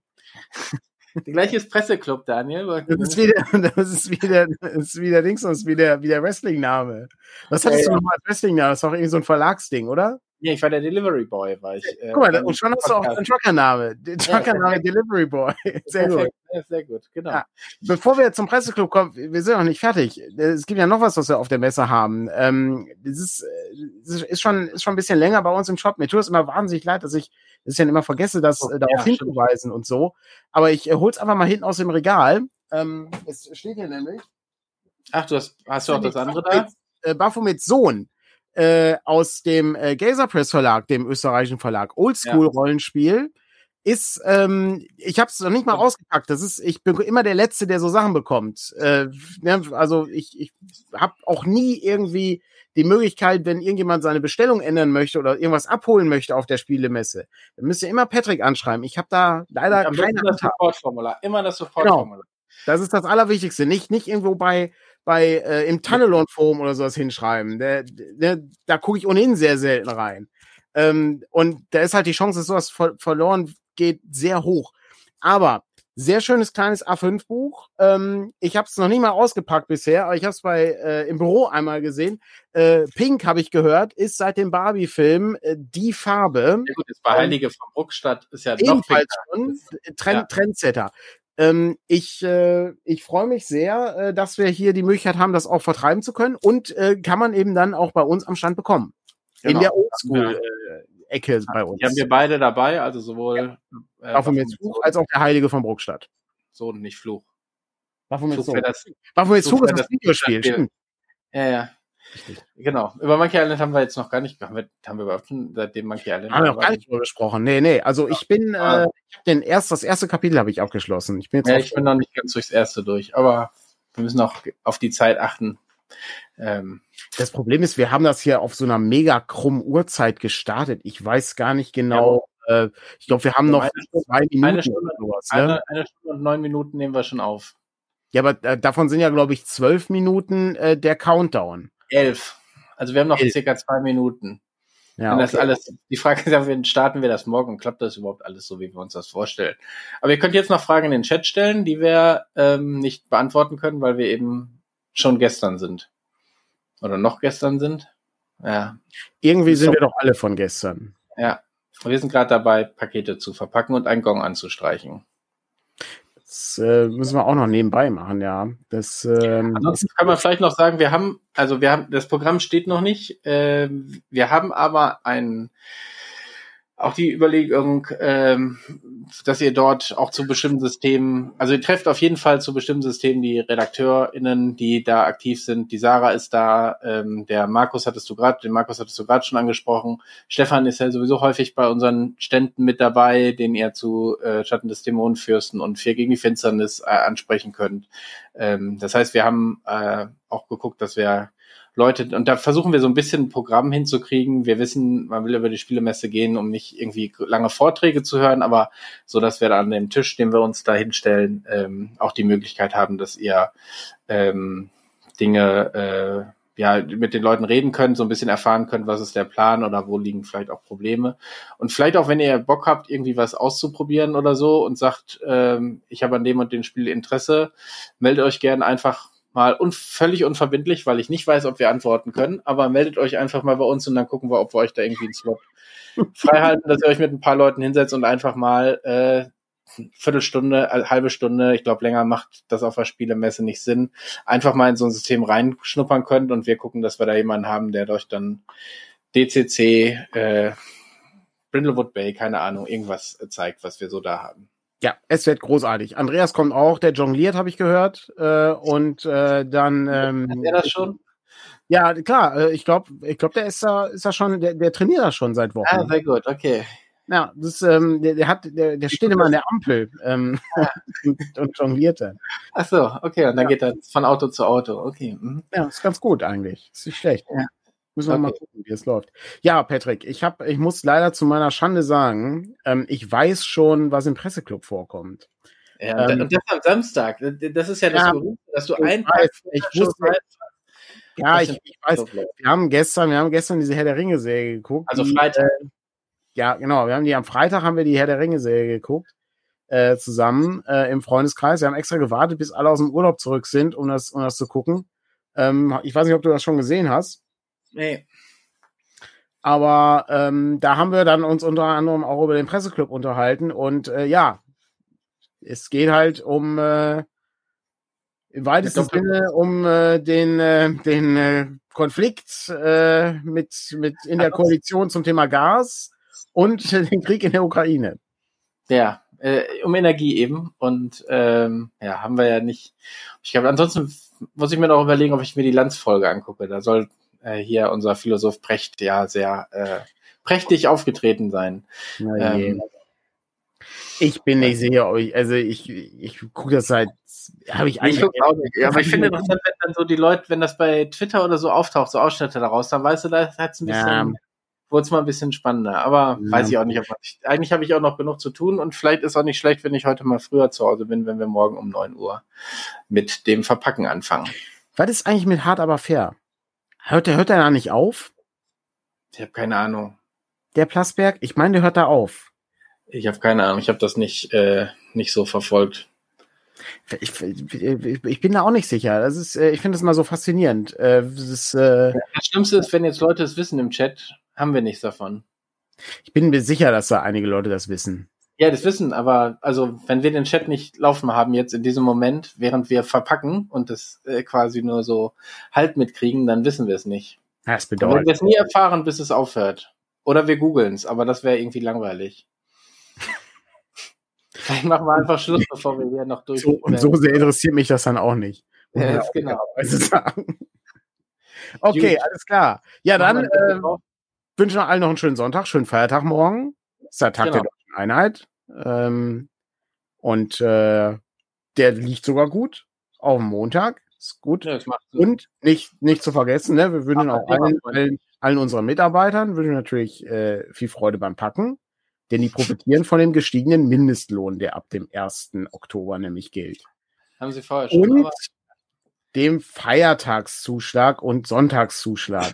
Gleich ist Presseclub, Daniel. Das ist wieder, das ist wieder, das ist wieder Dings, das ist wieder, wieder Wrestling-Name. Was hattest ja, du ja. nochmal als Wrestling-Name? Das ist doch irgendwie so ein Verlagsding, oder? Ja, ich war der Delivery Boy, war ich. Äh, Guck mal, und schon hast du auch den Truckername. Den Truckername ja, Delivery Boy. Sehr gut. Ja, sehr gut, genau. Ja. Bevor wir zum Presseclub kommen, wir sind noch nicht fertig. Es gibt ja noch was, was wir auf der Messe haben. Ähm, das ist, das ist schon, ist schon ein bisschen länger bei uns im Shop. Mir tut es immer wahnsinnig leid, dass ich das ja immer vergesse, das oh, darauf ja, hinzuweisen stimmt. und so. Aber ich äh, hol's einfach mal hinten aus dem Regal. Ähm, es steht hier nämlich. Ach, du hast, hast du auch das andere da? Äh, Baphomets Sohn. Äh, aus dem äh, Gazer Press Verlag, dem österreichischen Verlag, Oldschool-Rollenspiel, ist, ähm, ich habe es noch nicht mal ausgepackt, das ist, ich bin immer der Letzte, der so Sachen bekommt. Äh, ne, also ich, ich habe auch nie irgendwie die Möglichkeit, wenn irgendjemand seine Bestellung ändern möchte oder irgendwas abholen möchte auf der Spielemesse, dann müsst ihr immer Patrick anschreiben. Ich habe da leider Am keine das Supportformular, immer das Supportformular. Genau. Das ist das Allerwichtigste. Nicht, nicht irgendwo bei, bei äh, im Tunnelon-Forum oder sowas hinschreiben. Der, der, da gucke ich ohnehin sehr selten rein. Ähm, und da ist halt die Chance, dass sowas ver- verloren geht, sehr hoch. Aber sehr schönes kleines A fünf Buch. Ähm, ich habe es noch nicht mal ausgepackt bisher, aber ich habe es bei äh, im Büro einmal gesehen. Äh, Pink, habe ich gehört, ist seit dem Barbie-Film äh, die Farbe. Ja gut, das bei Heilige von Bruckstadt ist ja noch Ebenfalls schon Trend, ja. Trendsetter. Ähm, ich äh, ich freue mich sehr, äh, dass wir hier die Möglichkeit haben, das auch vertreiben zu können und äh, kann man eben dann auch bei uns am Stand bekommen. Genau. In der Oldschool-Ecke äh, bei uns. Die haben wir beide dabei, also sowohl ja. äh, Baphomets Fluch als auch der Heilige von Bruckstadt. So, nicht Fluch. Baphomets Fluch, das, Baphomets Fluch ist das, das Videospiel, stimmt. Ja, ja. Richtig. Genau. Über Monkey Island haben wir jetzt noch gar nicht, haben wir, haben wir überhaupt schon seitdem Monkey Island. Haben wir noch gar nicht drüber gesprochen. Nee, nee. Also ich bin, äh, ich hab den erst, das erste Kapitel habe ich abgeschlossen. Ich bin jetzt ja, ich bin noch nicht ganz durchs erste durch, aber wir müssen auch auf die Zeit achten. Ähm, das Problem ist, wir haben das hier auf so einer mega krummen Uhrzeit gestartet. Ich weiß gar nicht genau. Ja, äh, ich glaube, wir haben noch zwei Minuten eine Stunde, oder sowas. Eine, ne? eine Stunde und neun Minuten nehmen wir schon auf. Ja, aber äh, davon sind ja, glaube ich, zwölf Minuten äh, der Countdown. Elf. Also wir haben noch Elf. circa zwei Minuten. Ja, Wenn okay. das alles, die Frage ist ja, starten wir das morgen? Klappt das überhaupt alles so, wie wir uns das vorstellen? Aber ihr könnt jetzt noch Fragen in den Chat stellen, die wir ähm, nicht beantworten können, weil wir eben schon gestern sind. Oder noch gestern sind. Ja. Irgendwie sind wir doch alle von gestern. Ja. Wir sind gerade dabei, Pakete zu verpacken und einen Gong anzustreichen. Das äh, müssen wir auch noch nebenbei machen, ja. Das, ähm, Ansonsten kann man vielleicht noch sagen, wir haben, also wir haben, das Programm steht noch nicht, äh, wir haben aber ein, auch die Überlegung, ähm, dass ihr dort auch zu bestimmten Systemen, also ihr trefft auf jeden Fall zu bestimmten Systemen die RedakteurInnen, die da aktiv sind. Die Sarah ist da, ähm, der Markus hattest du gerade, den Markus hattest du gerade schon angesprochen. Stefan ist ja sowieso häufig bei unseren Ständen mit dabei, den ihr zu äh, Schatten des Dämonenfürsten und Vier gegen die Finsternis äh, ansprechen könnt. Ähm, das heißt, wir haben äh, auch geguckt, dass wir Leute, und da versuchen wir so ein bisschen ein Programm hinzukriegen. Wir wissen, man will über die Spielemesse gehen, um nicht irgendwie lange Vorträge zu hören, aber so, dass wir da an dem Tisch, den wir uns da hinstellen, ähm, auch die Möglichkeit haben, dass ihr ähm, Dinge äh, ja mit den Leuten reden könnt, so ein bisschen erfahren könnt, was ist der Plan oder wo liegen vielleicht auch Probleme. Und vielleicht auch, wenn ihr Bock habt, irgendwie was auszuprobieren oder so und sagt, ähm, ich habe an dem und dem Spiel Interesse, meldet euch gerne einfach mal und völlig unverbindlich, weil ich nicht weiß, ob wir antworten können, aber meldet euch einfach mal bei uns und dann gucken wir, ob wir euch da irgendwie einen Slot freihalten, dass ihr euch mit ein paar Leuten hinsetzt und einfach mal äh, Viertelstunde, eine halbe Stunde, ich glaube, länger macht das auf der Spielemesse nicht Sinn, einfach mal in so ein System reinschnuppern könnt und wir gucken, dass wir da jemanden haben, der euch dann D C C, äh, Brindlewood Bay, keine Ahnung, irgendwas zeigt, was wir so da haben. Ja, es wird großartig. Andreas kommt auch, der jongliert, habe ich gehört. Äh, und äh, dann. Ähm, Hat er das schon? Ja, klar. Äh, ich glaube, ich glaube, der ist da, ist da schon, der, der trainiert da schon seit Wochen. Ah, sehr gut, okay. Ja, das, ähm, der, der hat, der, der steht immer an der Ampel ähm, und, und jongliert dann. Ach so, okay, und dann Ja. geht er von Auto zu Auto, okay. Mhm. Ja, ist ganz gut eigentlich. Ist nicht schlecht. Ja. Müssen wir Okay. mal gucken, wie es läuft. Ja, Patrick, ich hab, ich muss leider zu meiner Schande sagen, ähm, ich weiß schon, was im Presseclub vorkommt. Ja, und, Ähm, und das am Samstag. Das ist ja das ja, Berühmte, dass du ich einen weiß, Tag vorher ich schon wusste- weißt, Ja, was ich, im ich weiß. Presseclub läuft. Wir haben gestern, wir haben gestern diese Herr der Ringe-Serie geguckt. Also die, Freitag. Äh, ja, genau. Wir haben die am Freitag haben wir die Herr der Ringe-Serie geguckt. Äh, zusammen äh, im Freundeskreis. Wir haben extra gewartet, bis alle aus dem Urlaub zurück sind, um das, um das zu gucken. Ähm, ich weiß nicht, ob du das schon gesehen hast. Nee. Aber ähm, da haben wir dann uns unter anderem auch über den Presseclub unterhalten. Und äh, ja, es geht halt um äh, im weitesten Mit Doppel- Sinne um äh, den, äh, den äh, Konflikt äh, mit, mit in der Koalition zum Thema Gas und den Krieg in der Ukraine. Ja, äh, um Energie eben. Und ähm, ja, haben wir ja nicht. Ich glaube, ansonsten muss ich mir noch überlegen, ob ich mir die Lanz-Folge angucke. Da soll äh, hier unser Philosoph Precht ja sehr äh, prächtig aufgetreten sein. Na je. Ähm, Ich bin nicht sicher, ob ich, also ich, ich gucke das seit, habe ich ich eigentlich. guck's auch nicht. Ja, aber ich finde interessant, wenn dann so die Leute, wenn das bei Twitter oder so auftaucht, so Ausschnitte daraus, dann weißt du, da hat's ein bisschen, Ja. wurde es mal ein bisschen spannender. Aber Ja. weiß ich auch nicht, ob man, eigentlich habe ich auch noch genug zu tun und vielleicht ist auch nicht schlecht, wenn ich heute mal früher zu Hause bin, wenn wir morgen um neun Uhr mit dem Verpacken anfangen. Was ist eigentlich mit Hart aber fair? Hört der, hört der da nicht auf? Ich habe keine Ahnung. Der Plasberg? Ich meine, der hört da auf. Ich habe keine Ahnung. Ich habe das nicht, äh, nicht so verfolgt. Ich, ich, ich bin da auch nicht sicher. Das ist, äh, ich finde das immer so faszinierend. Äh, das ist, äh, Das Schlimmste ist, wenn jetzt Leute es wissen im Chat, haben wir nichts davon. ich bin mir sicher, dass da einige Leute das wissen. Ja, das wissen, aber also wenn wir den Chat nicht laufen haben jetzt in diesem Moment, während wir verpacken und das äh, quasi nur so halt mitkriegen, dann wissen wir es nicht. Ja, das Dann werden bedeutet. wir es nie erfahren, bis es aufhört. Oder wir googeln es, aber das wäre irgendwie langweilig. Vielleicht machen wir einfach Schluss, bevor wir hier noch durch. So, und so sehr interessiert mich das dann auch nicht. Muss man Ja, auch genau. fairerweise sagen. Okay, Gut. alles klar. Ja, dann Machen wir äh, drauf. wünsche ich allen noch einen schönen Sonntag, schönen Feiertag morgen. Das ist der Tag Genau. der Deutschen Einheit. Ähm, und äh, der liegt sogar gut auf dem Montag. Ist gut. Ja, das macht Sinn. Und nicht, nicht zu vergessen, ne, wir wünschen Aber auch allen, Thema, allen, allen unseren Mitarbeitern wünschen natürlich äh, viel Freude beim Packen, denn die profitieren von dem gestiegenen Mindestlohn, der ab dem ersten Oktober nämlich gilt. Haben Sie vorher schon. Und Aber dem Feiertagszuschlag und Sonntagszuschlag.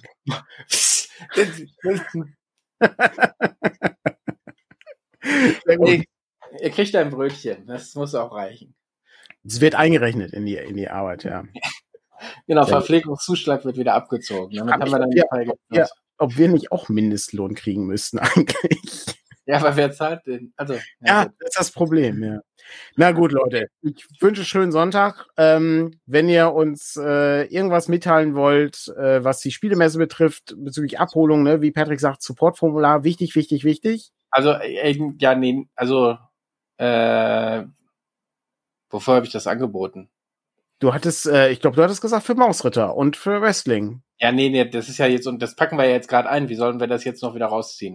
Sehr gut. Ey, ihr kriegt ein Brötchen. Das muss auch reichen. Es wird eingerechnet in die, in die Arbeit, ja. Genau, Sehr gut. Verpflegungszuschlag wird wieder abgezogen. Damit Hab haben ich- wir dann die ja, Fall ja. gekürzt. Ob wir nicht auch Mindestlohn kriegen müssten eigentlich. Ja, aber wer zahlt den? Also, Ja, gut. das ist das Problem, ja. Na gut, Leute, ich wünsche schönen Sonntag. Ähm, wenn ihr uns äh, irgendwas mitteilen wollt, äh, was die Spielemesse betrifft, bezüglich Abholung, ne, wie Patrick sagt, Supportformular, wichtig, wichtig, wichtig. Also, äh, ja, nee, also, äh, wofür habe ich das angeboten? Du hattest, äh, ich glaube, du hattest gesagt für Mausritter und für Wrestling. Ja, nee, nee, das ist ja jetzt, und das packen wir ja jetzt gerade ein. Wie sollen wir das jetzt noch wieder rausziehen?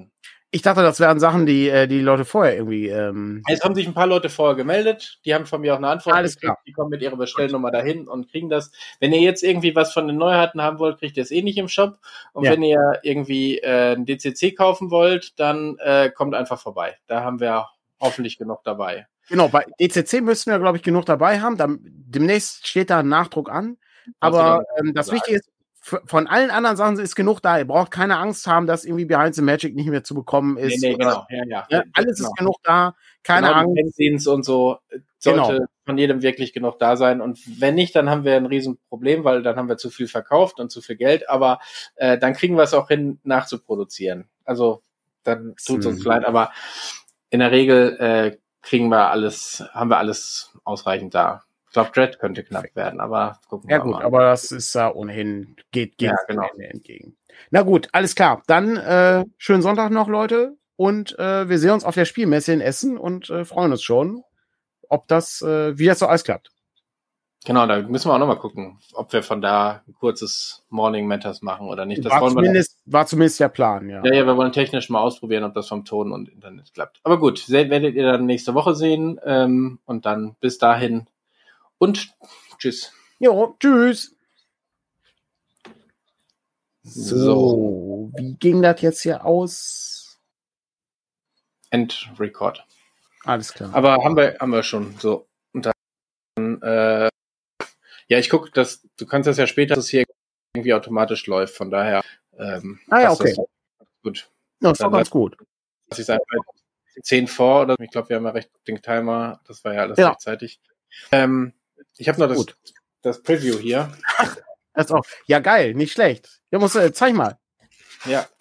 Ich dachte, das wären Sachen, die äh, die Leute vorher irgendwie. Ähm Es haben sich ein paar Leute vorher gemeldet, die haben von mir auch eine Antwort Alles gekriegt, klar. die kommen mit ihrer Bestellnummer dahin und kriegen das. Wenn ihr jetzt irgendwie was von den Neuheiten haben wollt, kriegt ihr es eh nicht im Shop. Und Ja. wenn ihr irgendwie äh, ein D C C kaufen wollt, dann äh, kommt einfach vorbei. Da haben wir hoffentlich genug dabei. Genau, bei D C C müssten wir, glaube ich, genug dabei haben. Dann, demnächst steht da ein Nachdruck an. Kannst du Aber dann ähm, das sagen. Wichtige ist, f- von allen anderen Sachen ist genug da. Ihr braucht keine Angst haben, dass irgendwie Behind the Magic nicht mehr zu bekommen Nee, ist. nee, oder- genau. Ja, ja. Ja, alles genau. ist genug da. Keine genau, Angst. die Fanzines und so äh, sollte Genau. von jedem wirklich genug da sein. Und wenn nicht, dann haben wir ein Riesenproblem, weil dann haben wir zu viel verkauft und zu viel Geld. Aber äh, dann kriegen wir es auch hin, nachzuproduzieren. Also dann tut es uns Hm. leid. Aber in der Regel äh, kriegen wir alles, haben wir alles ausreichend da. Ich glaube, Dread könnte knapp werden, aber gucken Ja wir gut, mal. aber das ist ja ohnehin, geht, geht Ja, uns genau. dem Ende entgegen. Na gut, alles klar. Dann äh, schönen Sonntag noch, Leute. Und äh, wir sehen uns auf der Spielmesse in Essen und äh, freuen uns schon, ob das, äh, wie das so alles klappt. Genau, da müssen wir auch nochmal gucken, ob wir von da ein kurzes Morning Matters machen oder nicht. Das War wollen wir noch. zumindest, war zumindest der Plan, ja. Ja, ja, wir wollen technisch mal ausprobieren, ob das vom Ton und Internet klappt. Aber gut, se- werdet ihr dann nächste Woche sehen. Ähm, und dann bis dahin und tschüss. Jo, tschüss. So. So, wie ging das jetzt hier aus? End Record. Alles klar. Aber haben wir, haben wir schon so. Und dann, äh, ja, ich gucke, dass du kannst das ja später, dass es hier irgendwie automatisch läuft. Von daher. Ähm, Ah ja, passt okay. das gut. Ja, ist doch dann ganz gut. Das ist einfach zehn vor oder ich glaube, wir haben ja recht den Timer. Das war ja alles Ja. rechtzeitig. Ähm, ich habe noch das, Gut. das Preview hier. Das auch. Ja, geil, nicht schlecht. Ja, musst du, zeig mal. Ja,